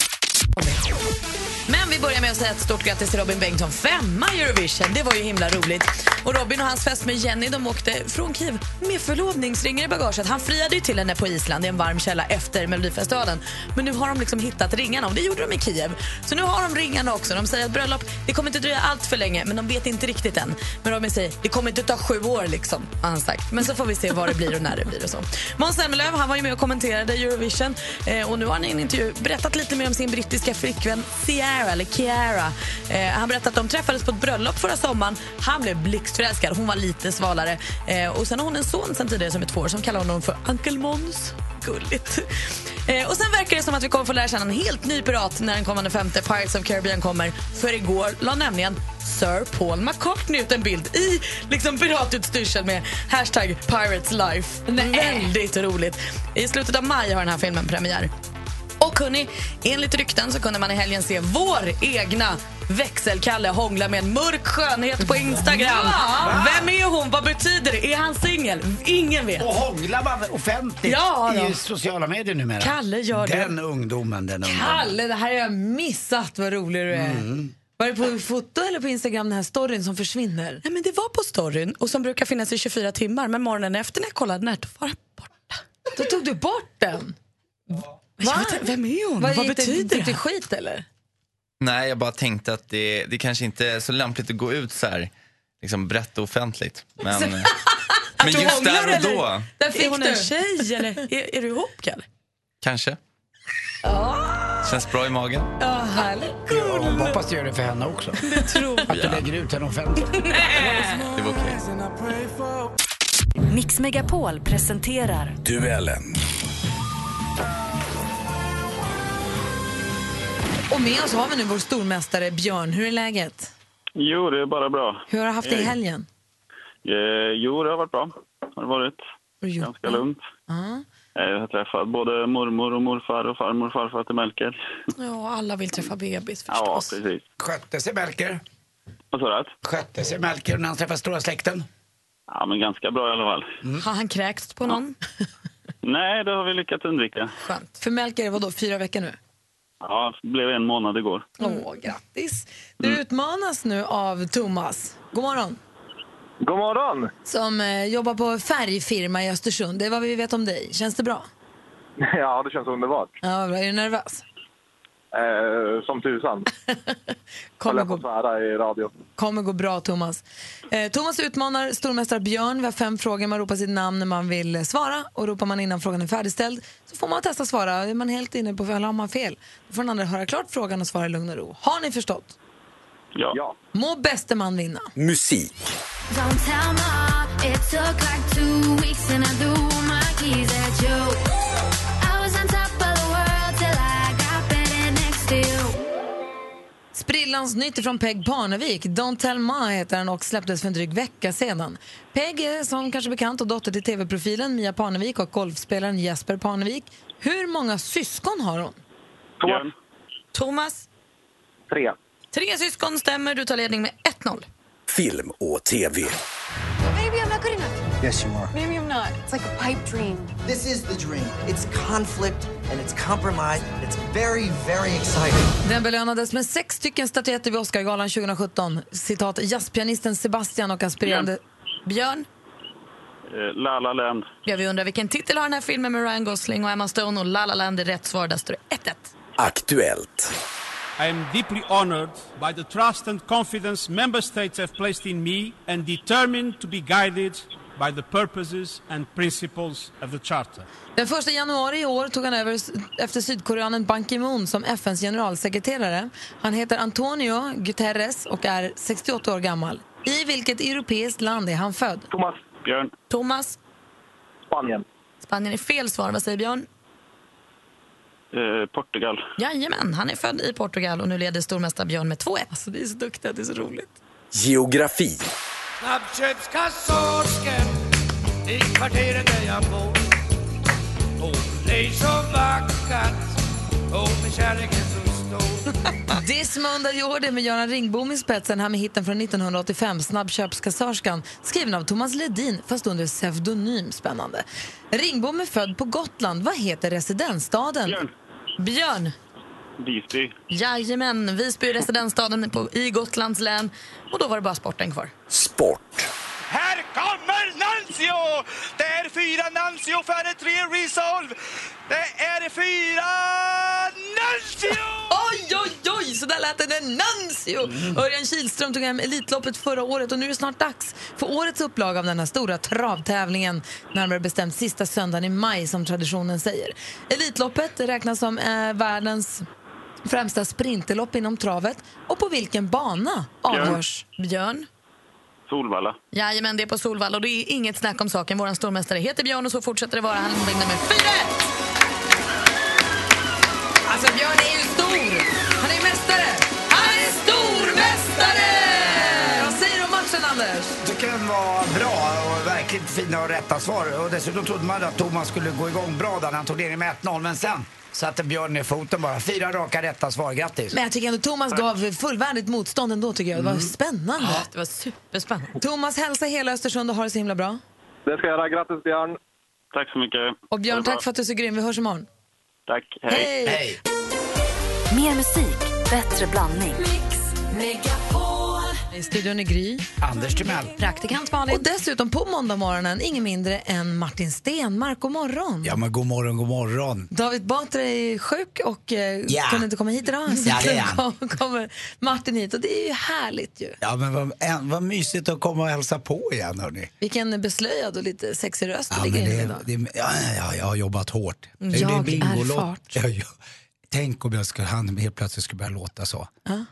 Men vi börjar med att säga ett stort grattis till Robin Bengtsson. Femma i Eurovision, det var ju himla roligt. Och Robin och hans fest med Jenny, de åkte från Kiev med förlovningsringar i bagaget. Han friade ju till henne på Island i en varm källa efter Melodifestivalen. Men nu har de liksom hittat ringarna och det gjorde de i Kiev. Så nu har de ringarna också. De säger att bröllop, det kommer inte dröja allt för länge, men de vet inte riktigt än. Men Robin säger, det kommer inte ta sju år liksom, har han sagt. Men så får vi se vad det blir och när det blir och så. Måns Zelmerlöw, han var ju med och kommenterade Eurovision. Eh, och nu har han i en intervju berättat lite mer om sin brittiska flickvän Ciara, eller Ciara. Eh, han berättade att de träffades på ett bröllop förra sommaren. Han blev blixtförälskad, hon var lite svalare. Eh, och sen har hon en son sen tidigare som är två år som kallar honom för Uncle Måns. Gulligt. Eh, och sen verkar det som att vi kommer få lära känna en helt ny pirat när den kommande femte Pirates of Caribbean kommer. För igår la nämligen Sir Paul McCartney ut en bild i liksom piratutstyrsel med hashtag Pirates Life. Nej. Väldigt roligt. I slutet av maj har den här filmen premiär. Och hörni, enligt rykten så kunde man i helgen se vår egna växelkalle hångla med en mörk skönhet på Instagram. Ja. Vem är hon? Vad betyder det? Är han singel? Ingen vet. Och hånglar man offentligt ja, i sociala medier numera? Kalle gör det. Den ungdomen, den ungdomen. Kalle, det här har jag missat. Vad rolig du är. Mm. Var det på foto eller på Instagram den här storyn som försvinner? Nej, men det var på storyn och som brukar finnas i tjugofyra timmar. Men morgonen efter när jag kollade när, då var den borta. Då tog du bort den? Va? Vem är hon? Vad, Vad betyder det? Fick du skit eller? Nej, jag bara tänkte att det, det kanske inte är så lämpligt att gå ut så här liksom brett och offentligt. Men, men just där och då. Där fick är hon en tjej eller är, är du ihop, Kalle? Kanske. Oh. Känns bra i magen. Ja, oh, härligt. Ja, jag hoppas du gör det för henne också. Det tror jag. Att du lägger ut henne offentligt. Det var okej. Mix Megapol presenterar Duellen. Och med oss har vi nu vår stormästare Björn. Hur är läget? Jo, det är bara bra. Hur har du haft det i helgen? Eh, jo, det har varit bra. Det har varit jo. ganska lugnt. Uh-huh. Jag har träffat både mormor och morfar och farmor och farfar till Melker. Ja, alla vill träffa bebis förstås. Ja, precis. Skötte sig Melker? Vad sa du? Skötte sig Melker när han träffade stora släkten? Ja, men ganska bra i alla fall. Mm. Har han kräkts på någon? Nej, det har vi lyckats undvika. Skönt. För Melker, vad då? Fyra veckor nu? Ja, det blev en månad igår. Åh, oh, grattis. Du mm. utmanas nu av Thomas. God morgon. God morgon. Som eh, jobbar på färgfirma i Östersund. Det är vad vi vet om dig. Känns det bra? Ja, det känns underbart. Ja, är du nervös? Eh, som tusan. Kommer gå... i radio. Kommer gå bra, Thomas. Eh, Thomas utmanar stormästare Björn. Vi har fem frågor. Man ropar sitt namn när man vill svara. Och ropar man innan frågan är färdigställd så får man testa svara. Är man helt inne på fel, har man fel. Då får den andra höra klart frågan och svara i lugn och ro. Har ni förstått? Ja. ja. Må bäste man vinna. Musik. Don't tell me it took like two weeks and I threw my keys at you. I was on top of the world till I got better next to you. Sprillans nytt från Peg Parnevik. Don't Tell Me heter den och släpptes för en dryg vecka sedan. Peg är som kanske bekant och dotter till tv-profilen Mia Parnevik och golfspelaren Jesper Parnevik. Hur många syskon har hon? Thomas. Thomas. Tre. Tre syskon stämmer. Du tar ledning med ett noll. Film och tv. Maybe I'm not good enough. Yes, you are. Maybe I'm not. It's like a pipe dream. This is the dream. It's conflict and it's compromise. It's very, very exciting. Den belönades med sex stycken statyetter vid Oscargalan tjugo sjutton. Citat, jazzpianisten Sebastian och aspirerande... Björn? Eh, La La Land. Ja, vi undrar vilken titel har den här filmen med Ryan Gosling och Emma Stone, och La La Land är rätt svar. Där står det ett ett. Aktuellt. I am deeply honored by the trust and confidence member states have placed in me and determined to be guided by the purposes and principles of the Charter. Den första januari i år tog han över efter sydkoreanen Ban Ki-moon som F N:s generalsekreterare. Han heter Antonio Guterres och är sextioåtta år gammal. I vilket europeiskt land är han född? Thomas. Björn. Thomas. Spanien. Spanien är fel svar. Vad säger Björn? Eh, Portugal. Jajamän, han är född i Portugal och nu leder stormästare Björn med två ett. Alltså det är så duktigt, det är så roligt. Geografi. Snabbköpskassorsken i kvarteret där jag bor. Och det är så vackert och med kärleken så stor. Dismunda gjorde med Göran Ringbom i spetsen här med hitten från nittonhundraåttiofem, Snabbköpskassorskan, skriven av Thomas Ledin fast under pseudonym. Spännande. Ringbom är född på Gotland. Vad heter residensstaden? Björn. Björn. Visby. Jajamän, Visby är residensstaden på, i Gotlands län. Och då var det bara sporten kvar. Sport. Här kommer Nancio! Det är fyra Nancio före tre Resolve. Det är fyra Nancio! Oj, oj, oj, så där lät det när Nancio! Mm. Örjan Kihlström tog hem Elitloppet förra året och nu är det snart dags för årets upplag av den här stora travtävlingen. Närmare bestämt sista söndagen i maj som traditionen säger. Elitloppet räknas som eh, världens främsta sprinterlopp inom travet. Och på vilken bana avgörs? Björn? Björn? Solvalla. Jajamän, det är på Solvalla och det är inget snack om saken. Våran stormästare heter Björn och så fortsätter det vara. Han vinner med fyra ett. Anders? Det kan vara bra och verkligen fina och rätta svar. Och dessutom trodde man att Thomas skulle gå igång bra där när han tog ledningen med ett noll. Men sen satte Björn ner foten bara. Fyra raka rätta svar. Grattis. Men jag tycker ändå Thomas gav fullvärdigt motstånd ändå tycker jag. Det var Mm. spännande. Ja, det var superspännande. Thomas, hälsa hela Östersund och ha det så himla bra. Det ska jag göra. Grattis Björn. Tack så mycket. Och Björn, tack för att du är så grym. Vi hörs imorgon. Tack. Hej. Hej. Hej. Mer musik, bättre blandning. I studion är Gry. Anders Timell. Praktikant Malin. Och dessutom på måndag morgonen ingen mindre än Martin Stenmark. God morgon. Ja, men god morgon, god morgon. David Batra är sjuk och eh, Ja. kunde inte komma hit idag. Så Ja, det är kom, kommer Martin hit och det är ju härligt ju. Ja, men vad, en, vad mysigt att komma och hälsa på igen, hörni. Vilken beslöjad och lite sexig röst Ja, du ligger men in det, idag. det, ja, ja, jag har jobbat hårt. Jag det är bingolott. fart. Ja, ja. Tänk om jag skulle, han helt plötsligt skulle börja låta så. Ja.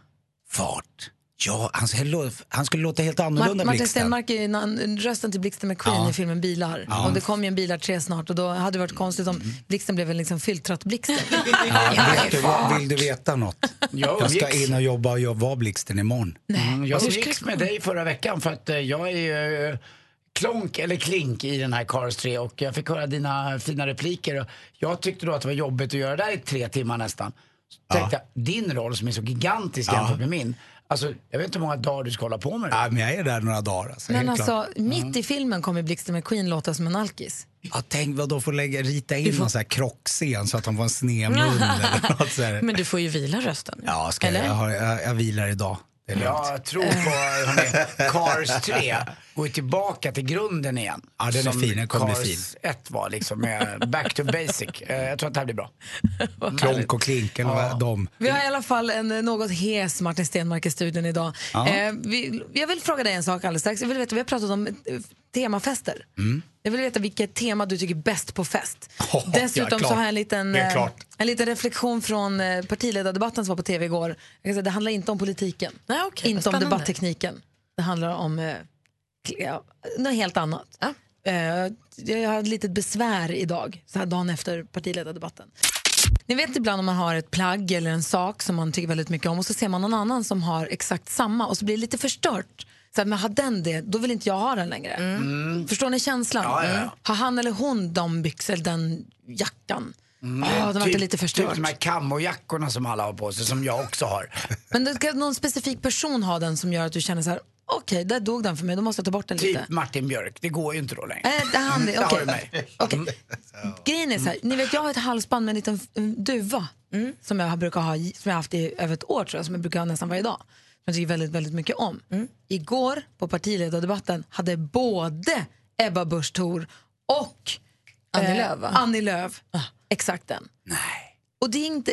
Fart. Ja, han, skulle- han skulle låta helt Mart- annorlunda, Martin Blixten. Stenmark är ju na- rösten till Blixten McQueen Ja. i filmen Bilar. Ja. Och det kom ju en Bilar tre snart och då hade det varit konstigt om Blixten blev en liksom fylltratt Blixten. Ja, vet du, vad- vill du veta något? Jag Jag ska umgicks. in och jobba och jag var Blixten imorgon. Mm, jag Hur ska umgicks det med gå? dig förra veckan för att eh, jag är ju eh, klonk eller klink i den här Cars tre och jag fick höra dina fina repliker och jag tyckte då att det var jobbigt att göra det där i tre timmar nästan. Så tänkte jag, din roll som är så gigantisk Ja. jämfört med min, alltså jag vet inte hur många dagar du ska hålla på med det. Ja, men jag är där några dagar. Alltså, Men helt alltså, klart. mitt i filmen kommer Blixten McQueen låta som en alkis. Ja, tänk vad de får lägga, rita in någon sån här krockscen så att de får en sned mun eller något så här. Men du får ju vila rösten. Ja, ska Eller? jag, jag, har, jag, jag vilar idag. Det är lugnt. Jag tror på hörni, Cars tre går ju tillbaka till grunden igen. Ja, den är Som fin, den kommer bli Cars fin. ett var liksom med back to basic. Eh, Jag tror att det här blir bra. Klonk och klink eller vad de. Vi har i alla fall en eh, något hes Martin Stenmark i studion idag. Ja. Eh, vi, jag vill fråga dig en sak alldeles strax. Jag vill veta, vi har pratat om eh, temafester. Mm. Jag vill veta vilket tema du tycker bäst på fest. Oh, Dessutom ja, så klart. har jag en liten, Helt eh, klart. en liten reflektion från eh, partiledardebatten som var på tv igår. Jag kan säga, det handlar inte om politiken. Nej, okej, vad inte om spännande. debattekniken. Det handlar om eh, ja, något helt annat. Ja. Eh, jag har ett litet besvär idag, så här dagen efter partiledardebatten. Ni vet ibland om man har ett plagg eller en sak som man tycker väldigt mycket om och så ser man någon annan som har exakt samma och så blir det lite förstört. Så att, men har den det, då vill inte jag ha den längre. Mm. Förstår ni känslan? Ja, ja, ja. Mm. Har han eller hon de byxor, den jackan? Mm. Ja, de var typ, lite förstört. Typ de här kamojackorna som alla har på sig, som jag också har. Men det ska någon specifik person ha den som gör att du känner så här: okej, där dog den för mig, då måste jag ta bort den lite. Typ Martin Björk, det går ju inte då längre. Äh, det han, Där okej. har du mig. Okej. Grejen är så här, ni vet jag har ett halsband med en liten mm, duva som jag brukar ha, som jag har haft i över ett år tror jag, som jag brukar ha nästan varje dag. Som jag tycker väldigt, väldigt mycket om. Igår på partiledardebatten hade både Ebba Busch Thor och Annie Lööf, va? Annie Lööf exakt den. Nej. Och det är inte,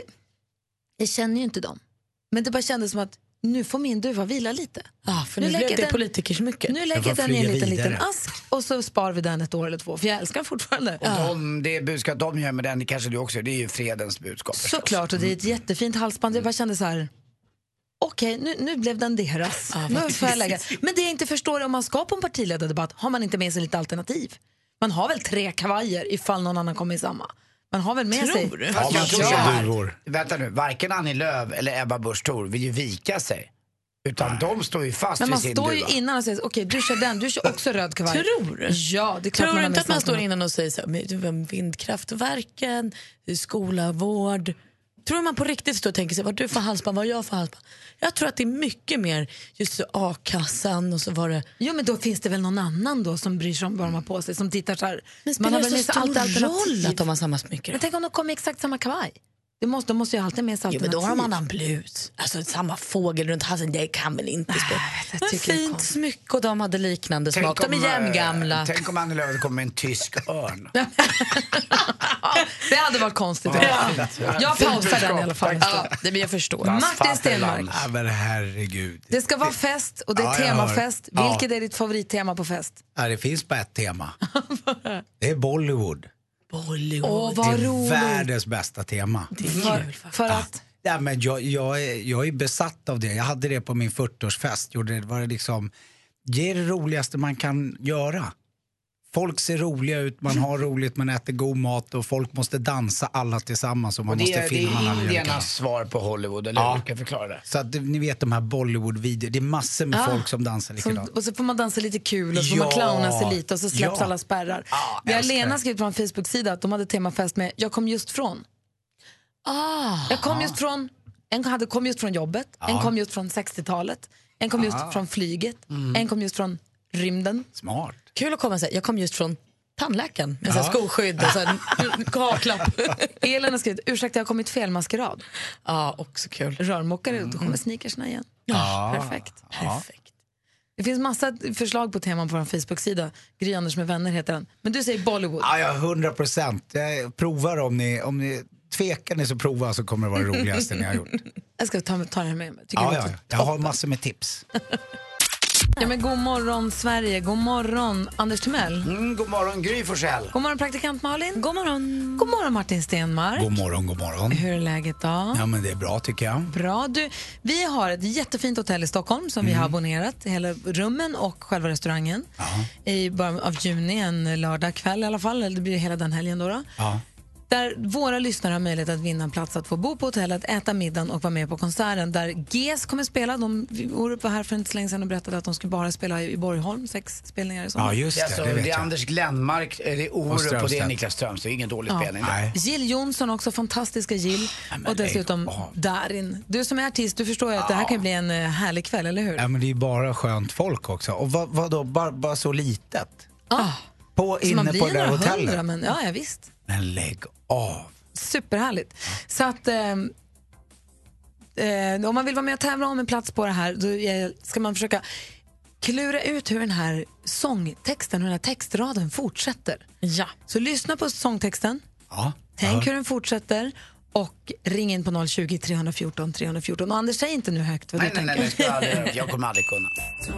jag känner ju inte dem. Men det bara kändes som att nu får min duva vila lite. Ja, för nu, lägger blev det den- politikersmycket. Nu lägger jag den i en liten, liten ask och så spar vi den ett år eller två. För jag älskar den fortfarande. Och de, det budskap de gör med den, det kanske du också, det är ju fredens budskap. förstås. Såklart, och det är ett jättefint halsband. Jag bara kände så här: okej, nu, nu blev den deras. Nu får jag lägga. Men det jag inte förstår är om man ska på en partiledardebatt, har man inte med sig lite alternativ? Man har väl tre kavajer ifall någon annan kommer i samma. Man har väl med Tror sig... du? Fast Ja, jag tror man så tror här, duvor. vänta nu, varken Annie Lööf eller Ebba Busch Thor vill ju vika sig. Utan de står ju fast Men vid man sin står ju duva. innan och säger okej, du kör den, du kör också röd kavaj. Tror du? Ja, det är klart Tror man du har inte med att man sig står allt. innan och säger så här, men vindkraftverken, skola, vård. Tror man på riktigt står och tänker sig vad du får halsband, vad jag får halsband. Jag tror att det är mycket mer just så A-kassan och så var det. Jo, men då finns det väl någon annan då som bryr sig om vad de har på sig, som tittar så här. Men spelar det väl så med sig stor allt alternativ. roll att de har samma smycke? Men tänk om de kommer i exakt samma kavaj. Det måste, de måste ju alltid med sig Jo, men alternativ. då har man en blus. Alltså samma fågel runt halsen, det kan väl inte spela. jag Men tycker det är fint konstigt. smycke och de hade liknande Tänk smak. De är om, jämngamla. eh, Tänk om Annie Lööf kommer med en tysk örn. Det hade varit konstigt. Ja. Jag pausar den i alla fall. Ja, det blir jag förstår. Martin Stenmark. Ja, men herregud. Det ska vara fest och det är Ja, jag temafest. hör. Ja. Vilket är ditt favorittema på fest? Ja, det finns bara ett tema. Det är Bollywood. Bollywood. Åh, Det vad är roligt. världens bästa tema. För, för att... Ja, men jag, jag, är, jag är besatt av det. Jag hade det på min fyrtioårsfest. Gjorde det, var det liksom, ge det roligaste man kan göra. folk ser roliga ut, man har roligt, man äter god mat och folk måste dansa alla tillsammans och man och det, måste är, filma. det är indiernas svar på Hollywood, eller hur? Kan jag förklara det? Så att ni vet de här Bollywood-videor, det är massor med Ah. folk som dansar likadant. Som, och så får man dansa lite kul och så får Ja. man clowna sig lite och så släpps Ja. alla spärrar. Ah, Vi har älskar Lena det. skrivit på en Facebook-sida att de hade temafest med Jag kom just från. Ah. Jag kom just från, en hade kom just från jobbet, Ja. en kom just från sextiotalet, en kom just Ah. från flyget, Mm. en kom just från rymden. Smart. Kul att komma och säga, jag kom just från tandläkaren med Ja. ja. skoskydd och så en haklapp. Elin har skrivit, ursäkta jag har kommit fel maskerad. Ja, också kul. Rörmokare, då kommer sneakersna igen. Ja. Perfekt. Ja. Perfekt. Det finns massa förslag på teman på vår Facebook-sida. Gry Anders med vänner heter den. Men du säger Bollywood. Ja, ja, hundra procent. Jag provar om ni, om ni tvekar ni så prova så kommer det vara det roligaste ni har gjort. Jag ska ta, ta det här med mig. Tycker Ja, det ja, låter jag har massor med tips. Ja, men god morgon Sverige, god morgon Anders Timell. Mm, god morgon Gry Forssell. God morgon praktikant Malin. God morgon. God morgon Martin Stenmark. God morgon, god morgon. Hur är läget då? Ja, men det är bra tycker jag. Bra. Du, vi har ett jättefint hotell i Stockholm som vi har abonnerat. Hela rummen och själva restaurangen. I början av juni, en lördag kväll i alla fall. Eller det blir hela den helgen då. då. Ja. Där våra lyssnare har möjlighet att vinna en plats att få bo på hotellet, äta middagen och vara med på konserten. Där G S kommer spela. De var här för inte så länge sedan och berättade att de skulle bara spela i Borgholm. Sex spelningar i sommar. Ja, just det. Alltså, det vet det är jag. Anders Glenmark, det är Och Orup och det är Strömstedt. Niklas Strömstedt. Ingen dålig Ja. spelning. Nej. Jill Johnson också, fantastiska Jill. men Och lägg dessutom av. Darin. Du som är artist, du förstår ju att det här kan bli en eh, härlig kväll, eller hur? Ja, men det är ju bara skönt folk också. Och vad, vad då, bara, bara så litet? Ah, På, så man inne blir på det där några hotellet? hundra, men ja, ja visst. Men lägg av. Superhärligt. Så att eh, eh, om man vill vara med och tävla om en plats på det här, då eh, ska man försöka klura ut hur den här sångtexten, hur den här textraden fortsätter. Ja. Så lyssna på sångtexten, Ja. tänk Ja. hur den fortsätter och ring in på noll tjugo, tre fjorton, tre fjorton. Och Anders, säg inte nu högt vad Nej, du nej, nej, tänker. det ska jag aldrig göra. Jag kommer aldrig kunna.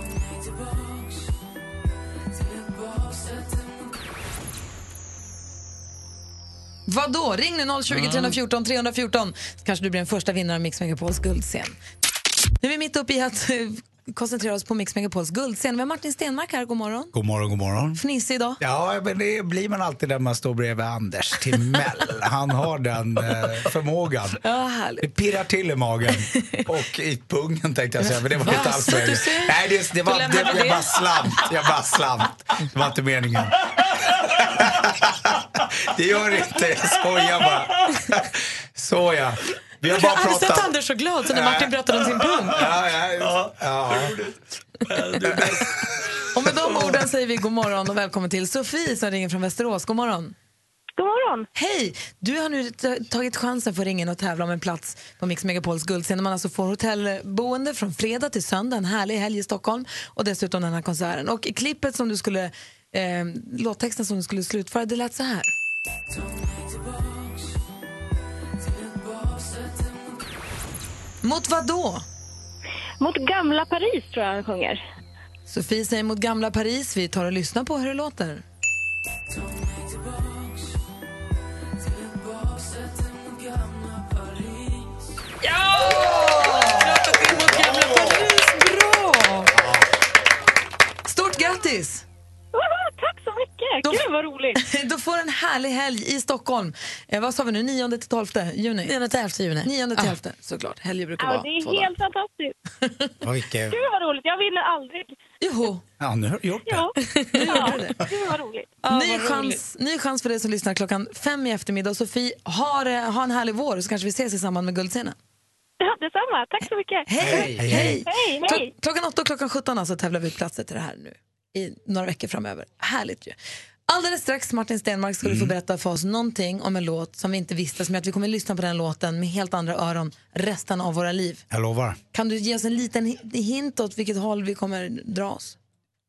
Vadå? Ring nu noll tjugo, tre fjorton, tre fjorton. Så kanske du blir den första vinnaren av Mix Megapols guldscen. Nu är vi mitt uppe i att eh, koncentrera oss på Mix Megapols guldscen. Vi har Martin Stenmark här, god morgon. God morgon, god morgon. Fnissig idag. Ja, men det blir man alltid när man står bredvid Anders Timell. Han har den eh, förmågan. Ja, härligt. Det pirrar till i magen och i pungen tänkte jag säga, men det var Va? inte alls Så att du möjligt. säger- Nej, det, det var, Då det, lämnar vi jag det. bara slant. Jag bara slant. Det var inte meningen. Det gör inte, jag skojar bara. Så ja. Vi har Jag bara har aldrig sett pratat. Anders så glad som när Martin berättade om sin pung. Ja, ja, ja. Och med de orden säger vi god morgon och välkommen till Sofie som ringer från Västerås. God morgon. God morgon. Hej! Du har nu t- tagit chansen för att ringa in och tävla om en plats på Mix Megapols guldscen. Man alltså får hotellboende från fredag till söndag, en härlig helg i Stockholm och dessutom den här konserten. Och klippet som du skulle, eh, låttexten som du skulle slutföra, det lät så här. Mot vad då? Mot gamla Paris tror jag han sjunger. Sofie säger mot gamla Paris. Vi tar och lyssnar på hur det låter. Ja! Klart att det är mot gamla Paris. Bra! Stort grattis! Woho, tack så mycket. Då- Gud vad roligt. Du får en härlig helg i Stockholm. Eh, vad sa vi nu? nionde till tolfte juni? nionde till elfte juni. nionde till elfte, såklart. Helger brukar Ja, vara det är två dagar. helt fantastiskt. Vilket... Gud vad roligt. Jag vinner aldrig. Joho! Ja, nu har du gjort det. Ja, ja. Gud vad roligt. ny, chans, ny chans för dig som lyssnar klockan fem i eftermiddag. Och Sofie, ha, det- ha en härlig vår så kanske vi ses i samband med guldscenen. Ja, detsamma. Tack så mycket. Hej! Hej, Hej! Hej, Klo- hej. klockan åtta och klockan sjutton alltså tävlar vi ut platser till det här nu i några veckor framöver. Härligt ju. Alldeles strax Martin Stenmark skulle få berätta för oss någonting om en låt som vi inte visste, som att vi kommer lyssna på den låten med helt andra öron resten av våra liv. Jag lovar. Kan du ge oss en liten hi- hint åt vilket håll vi kommer dra oss?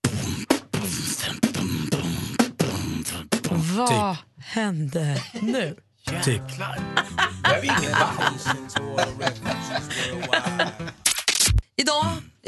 Vad hände nu? Typ. Idag eh,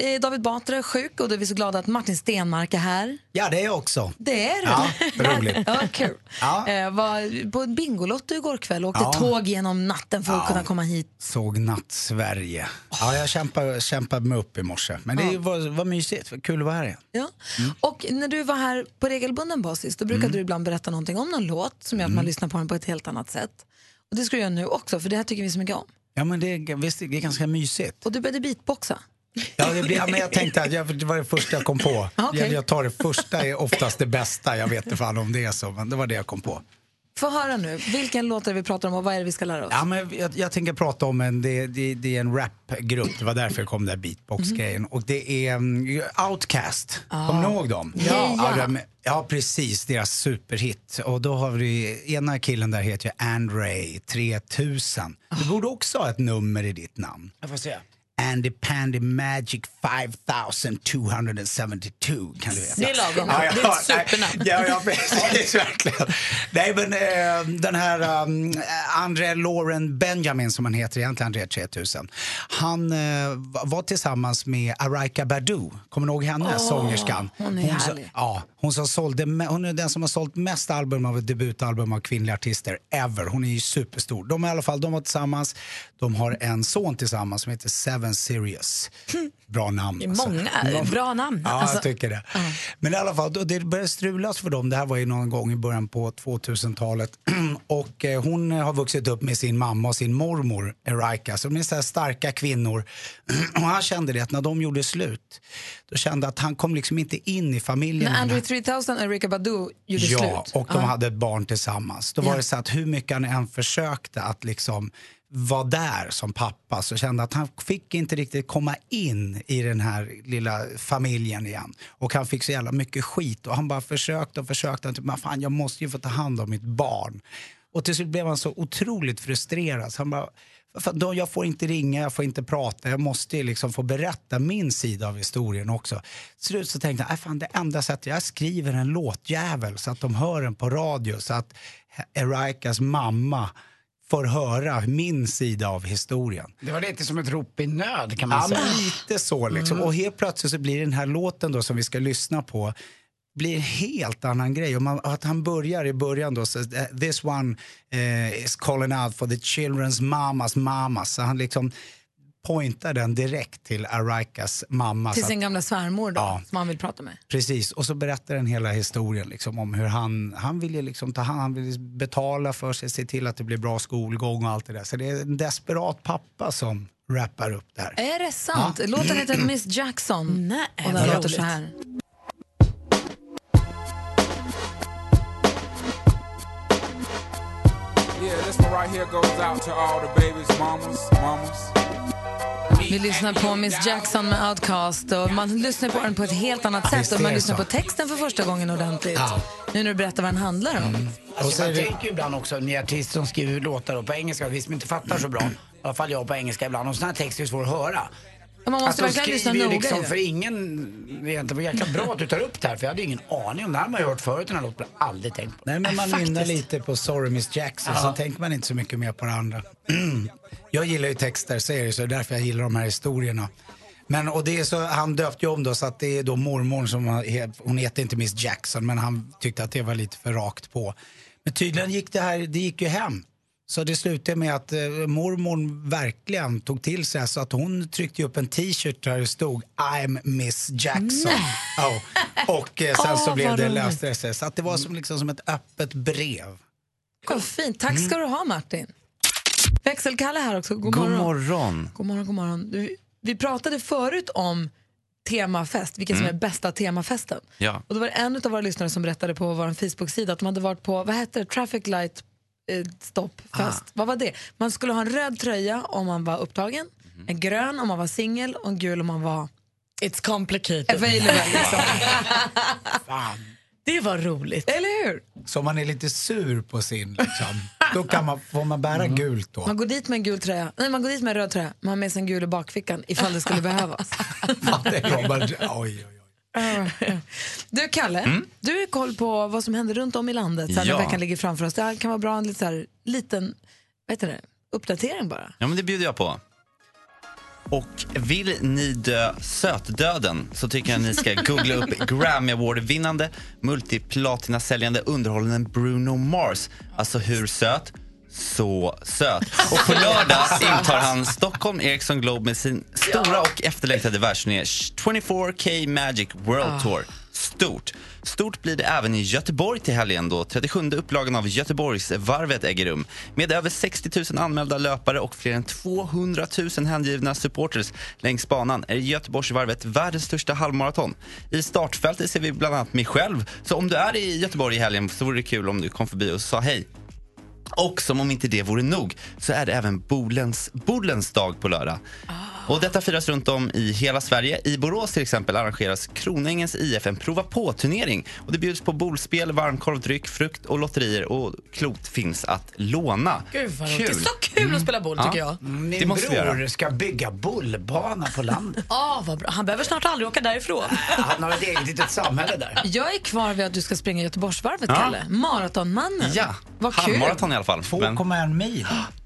är David Batra sjuk och då är vi så glada att Martin Stenmark är här. Ja, det är jag också. Det är du. Ja, roligt. Ja, kul. Ja. Eh, var på Bingolotto igår kväll och åkte Ja. tåg genom natten för att Ja. kunna komma hit. Såg Natt-Sverige. Ja, jag kämpade, kämpade mig upp i morse. Men det Ja. var, var mysigt. Var kul att vara här igen. Ja. Och när du var här på regelbunden basis då brukade Mm. du ibland berätta någonting om någon låt som gör att man lyssnar på den på ett helt annat sätt. Och det ska du göra nu också, för det här tycker vi så mycket om. Ja, men det är, visst, det är ganska mysigt. Och du började beatboxa. Ja, det, blir, ja, men jag tänkte att jag, det var det första jag kom på. Okej. Jag, jag tar det första, är oftast det bästa. Jag vet inte fan om det är så, men det var det jag kom på. Få höra nu, vilken låt är det vi pratar om och vad är det vi ska lära oss? Ja, men jag, jag tänker prata om en, det, det, det är en rapgrupp, det var därför jag kom där beatbox-grejen. Och det är um, Outkast, Ah. kommer ni ihåg dem? Ja. Ja, de, ja, precis, deras superhit. Och då har vi, ena killen där heter ju Andre tre tusen. Du borde också ha ett nummer i ditt namn. Jag får se. Andy Pandy Magic femton sjuhundrasjuttiotvå kan du veta. Det är lagom. Ja, ja, Det är ett supernamn. Ja, ja, precis, verkligen. Nej, men eh, den här um, André Lauren Benjamin som han heter egentligen, André tre tusen. Han eh, var tillsammans med Erykah Badu. Kommer ni ihåg henne, Åh, sångerskan? hon är som, härlig. ja, hon, som sålde, me- hon är den som har sålt mest album av ett debutalbum av kvinnliga artister ever. Hon är ju superstor. De är i alla fall, de var tillsammans. De har en son tillsammans som heter Seven Serious. Bra namn. Det är många bra namn. Ja, Alltså, jag tycker det. Men i alla fall, då- det började strulas för dem. Det här var ju någon gång i början på tvåtusentalet. Och eh, hon har vuxit upp med sin mamma och sin mormor, Erykah. Så de är så här starka kvinnor. Och han kände det att när de gjorde slut, då kände att han kom liksom inte in i familjen. När Andre tre tusen och Erykah Badu gjorde ja, slut. och de Ja. hade ett barn tillsammans. Då var Ja. det så att hur mycket han än försökte att liksom vara där som pappa, så kände att han fick inte riktigt komma in i den här lilla familjen igen. Och han fick så jävla mycket skit och han bara försökte och försökte. Han typ, men fan, jag måste ju få ta hand om mitt barn. Och till slut blev han så otroligt frustrerad. Så han bara, för då, jag får inte ringa, jag får inte prata, jag måste ju liksom få berätta min sida av historien också. Till slut så tänkte jag, fan, det enda sättet, jag skriver en låtjävel så att de hör den på radio, så att Erykahs mamma får höra min sida av historien. Det var lite som ett rop i nöd kan man Ja, säga. men lite så liksom. Mm. Och helt plötsligt så blir den här låten då som vi ska lyssna på blir en helt annan grej. Och man, att han börjar i början då, så, uh, this one uh, is calling out for the children's mamas mamas. Så han liksom pointar den direkt till Erykahs mamma. Till så sin att, gamla svärmor då, Ja. som han vill prata med. precis, och så berättar den hela historien liksom, om hur han, han vill ju liksom ta hand, han vill betala för sig, se till att det blir bra skolgång och allt det där. Så det är en desperat pappa som rappar upp det här. Är det sant? Ja. Låten heter Miss Jackson. Nej, och den vad låter så roligt. här. Yeah, this one right here goes out to all the babies, mamas, mamas. Vi lyssnar på Miss Jackson med Outkast och man lyssnar på den på ett helt annat Ja, sätt visst och man är det lyssnar så. på texten för första gången ordentligt. Ja. Nu när du berättar vad den handlar om. Och Alltså, så är man det- tänker ju ibland också, ni artister som skriver låtar då på engelska, visst man inte fattar så bra. I alla fall jag på engelska ibland. Och såna här texter är svåra att höra. Ja, man måste Att de verkligen lyssna skriver ju noga liksom i det. för ingen, vet inte, det var jäkla bra att du tar upp det här, för jag hade ju ingen aning om det här. Man har ju hört förut den här låten, men aldrig tänkt på. Nej, men man Faktiskt. nynnar lite på Sorry Miss Jackson, Ja. så tänker man inte så mycket mer på det andra. Jag gillar ju texter, så är det så, det är därför jag gillar de här historierna. Men, och det är så, han döpte ju om då, så att det är då mormor som, har- hon heter inte Miss Jackson, men han tyckte att det var lite för rakt på. Men tydligen gick det här, det gick ju hem. Så det slutade med att eh, mormor verkligen tog till sig, så att hon tryckte upp en t-shirt där det stod I'm Miss Jackson. Ja. Och eh, sen Åh, så blev vad det roligt. löste sig. Så att det var som, liksom, som ett öppet brev. Vad fint. Tack ska du ha, Martin. Växelkalle här också. God, God morgon. morgon. God morgon, god morgon. Du, vi pratade förut om temafest, vilken som Mm. är bästa temafesten. Ja. Och då var det en av våra lyssnare som berättade på vår Facebook-sida att de hade varit på, vad heter det, traffic light eh, stoppfest. Vad var det? Man skulle ha en röd tröja om man var upptagen, en grön om man var singel och en gul om man var It's complicated. available. Liksom. Fan. Det var roligt. Eller hur? Så om man är lite sur på sin, liksom, då kan man, får man bära gult då. Man går dit med en gul tröja, nej man går dit med en röd tröja, man har med sig en gul i bakfickan ifall det skulle behövas. Ja, det är bara, oj, oj, oj. Du Kalle, du har koll på vad som händer runt om i landet sen Ja. när veckan ligger framför oss. Det här kan vara bra en lite så här, liten vad heter det, uppdatering bara. Ja, men det bjuder jag på. Och vill ni dö sötdöden så tycker jag ni ska googla upp Grammy Award-vinnande, multiplatina-säljande underhållanden Bruno Mars. Alltså hur söt? Så söt. Och på lördag intar han Stockholm Ericsson Globe med sin stora och efterlängtade världsturné tjugofyra K Magic World Tour. Stort. Stort blir det även i Göteborg till helgen då trettiosjunde upplagan av Göteborgsvarvet äger rum. Med över sextio tusen anmälda löpare och fler än tvåhundratusen hängivna supporters längs banan är Göteborgsvarvet världens största halvmaraton. I startfältet ser vi bland annat mig själv. Så om du är i Göteborg i helgen så vore det kul om du kom förbi och sa hej. Och som om inte det vore nog så är det även Bodens, Bodens dag på lördag. Ah. Och detta firas runt om i hela Sverige. I Borås till exempel arrangeras Kronängens I F en prova på-turnering. Och det bjuds på bolspel, varmkorvdryck, frukt och lotterier. Och klot finns att låna. Gud vad kul. Det är så kul mm. att spela boll tycker ja. jag. Min det måste bror ska bygga bollbana på landet. Ja, oh, vad bra. Han behöver snart aldrig åka därifrån. Han har ett eget litet samhälle där. Jag är kvar vid att du ska springa Göteborgsvarvet, ja. Kalle. Maratonmannen. Ja, vad kul. Halvmaraton i alla fall. två komma en mil.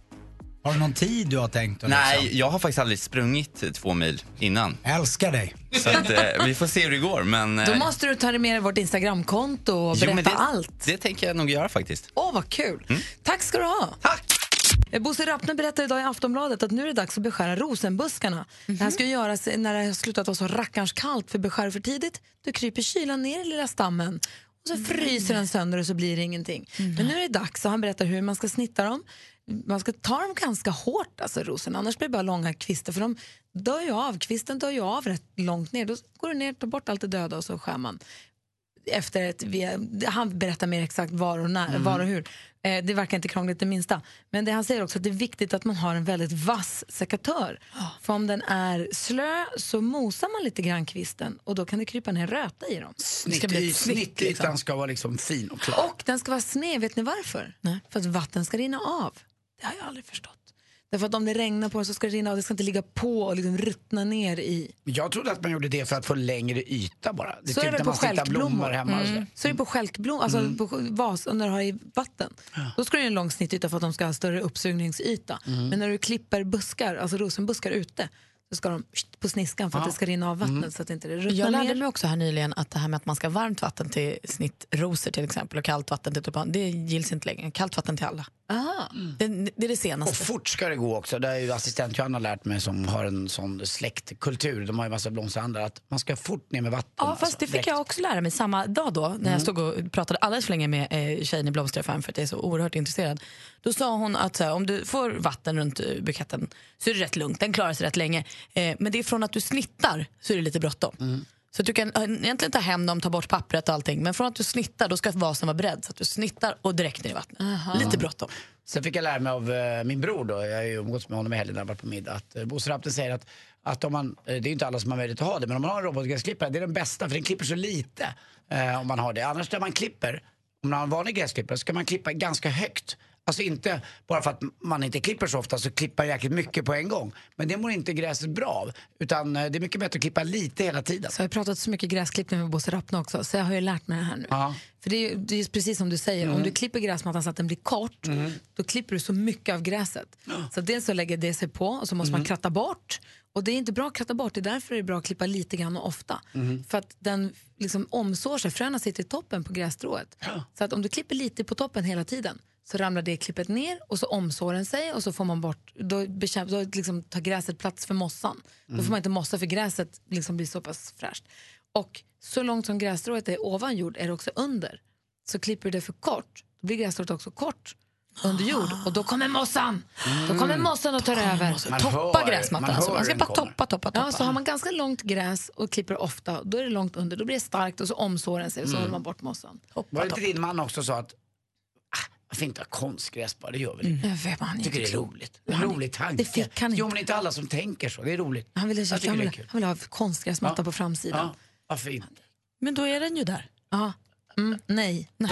Har du någon tid du har tänkt? Nej, liksom? jag har faktiskt aldrig sprungit två mil innan. Jag älskar dig. Så att, eh, vi får se hur det går. Men, eh... Då måste du ta dig med vårt Instagramkonto och berätta jo, det, allt. Det tänker jag nog göra faktiskt. Åh, oh, vad kul. Mm. Tack ska du ha. Tack. Bosse Rappner berättar idag i Aftonbladet att nu är det dags att beskära rosenbuskarna. Mm-hmm. Det här ska göras när det har slutat vara så rackarns kallt, för beskär för tidigt. Då kryper kylan ner i lilla stammen. Och så fryser den sönder och så blir det ingenting. Mm. Men nu är det dags, och han berättar hur man ska snitta dem. Man ska ta dem ganska hårt, alltså rosen. Annars blir det bara långa kvistar. För de dör ju av, kvisten dör ju av rätt långt ner. Då går du ner, tar bort allt det döda och så skär man. Efter ett, vi, han berättar mer exakt var och, när, mm. var och hur. Eh, det verkar inte krångligt det minsta. Men det han säger också att det är viktigt att man har en väldigt vass sekatör. Oh. För om den är slö så mosar man lite grann kvisten. Och då kan det krypa ner röta i dem. Snitt, ska bli snitt, snitt liksom. Den ska vara liksom fin och klar. Och den ska vara sned, vet ni varför? Nej. För att vatten ska rinna av. Det har jag aldrig förstått. Därför att om det regnar på så ska det rinna av. Det ska inte ligga på och liksom ruttna ner i. Jag trodde att man gjorde det för att få längre yta bara. Det så typ är det på stjälkblommor hemma. Mm. Så är det på stjälkblom, alltså mm. på vas när du har i vatten. Ja. Då ska det en lång snittyta för att de ska ha större uppsugningsyta. Mm. Men när du klipper buskar, alltså rosenbuskar ute, så ska de på sniskan för att ja. det ska rinna av vattnet mm. så att inte det ruttnar ner. Jag lärde mig också här nyligen att det här med att man ska ha varmt vatten till snittrosor till exempel och kallt vatten till tulpan, det gills inte längre. Kallt vatten till alla. Mm. Det, det är det senaste. Och fort ska det gå också. Det är ju assistent Johanna lärt mig som har en sån släktkultur. De har ju massa blomsterhandlar att man ska fort ner med vatten. Ja, fast alltså, det fick direkt. jag också lära mig samma dag då när mm. jag stod och pratade alldeles för länge med eh, tjejen i blomsteraffären för att jag är så oerhört intresserad. Då sa hon att så här, om du får vatten runt buketten så är det rätt lugnt. Den klarar sig rätt länge. Eh, men det är från att du snittar så är det lite bråttom. Mm. Så att du kan egentligen ta hem dem, ta bort pappret och allting. Men från att du snittar, då ska vasen vara beredd. Så att du snittar och direkt ner i vattnet. Aha. Lite bråttom. Sen fick jag lära mig av uh, min bror då. Jag har ju umgåtts med honom i helgen när jag var på middag. Att uh, Bosse Rappner säger att, att om man, det är ju inte alla som har möjlighet att ha det. Men om man har en robotgräsklippare, det är den bästa. För den klipper så lite uh, om man har det. Annars när man klipper, om man har en vanlig gräsklippare, så ska man klippa ganska högt. Alltså inte bara för att man inte klipper så ofta så klippar jäkligt mycket på en gång. Men det mår inte gräset bra av. Utan det är mycket bättre att klippa lite hela tiden. Så jag har pratat så mycket gräsklippning med Bosse Rappner också. Så jag har ju lärt mig det här nu. Aha. För det är ju det är precis som du säger. Mm. Om du klipper gräsmattan så att den blir kort, mm. då klipper du så mycket av gräset. Mm. Så dels så lägger det sig på och så måste mm. man kratta bort. Och det är inte bra att kratta bort. Det är därför det är bra att klippa lite grann och ofta. Mm. För att den liksom omsår sig. Fröna sitter i toppen på grässtrået. Ja. Så att om du klipper lite på toppen hela tiden så ramlar det klippet ner och så omsår den sig och så får man bort, då, bekämp, då liksom tar gräset plats för mossan. Mm. Då får man inte mossa för gräset liksom blir så pass fräscht. Och så långt som grässtrået är ovan jord är det också under. Så klipper du det för kort, då blir grässtrået också kort under jord. Och då kommer mossan. Mm. Då kommer mossan och tar över. Man toppa hör, gräsmattan. Man, alltså, man ska bara toppa, toppa, toppa. Ja, så har man ganska långt gräs och klipper ofta, då är det långt under. Då blir det starkt och så omsår den sig och så mm. håller man bort mossan. Toppa, Var det inte din man också sa att varför inte ha konstgräs bara, det gör vi. Mm. Jag man tycker det är roligt. Det är en rolig tanke. Det fick han inte. Jo, men inte alla som tänker så. Det är roligt. Han ville, jag han, vill, han vill ha konstgräsmatta ja. på framsidan. Ja, varför inte? Men då är den ju där. Ja. Mm, nej. nej.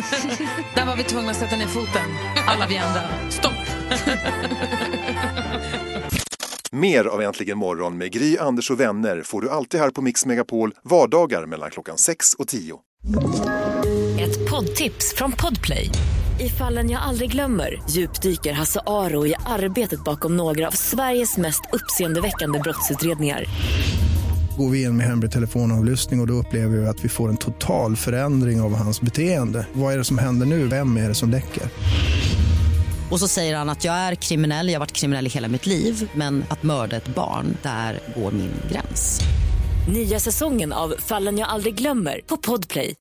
Där var vi tvungna att sätta ner foten. Alla vi andra. Stopp! Mer av Äntligen morgon med Gry, Anders och vänner får du alltid här på Mix Megapol vardagar mellan klockan sex och tio. Ett poddtips från Podplay. I Fallen jag aldrig glömmer djupdyker Hasse Aro i arbetet bakom några av Sveriges mest uppseendeväckande brottsutredningar. Går vi in med hemlig telefonavlyssning och då upplever vi att vi får en total förändring av hans beteende. Vad är det som händer nu? Vem är det som läcker? Och så säger han att jag är kriminell, jag har varit kriminell i hela mitt liv. Men att mörda ett barn, där går min gräns. Nya säsongen av Fallen jag aldrig glömmer på Podplay.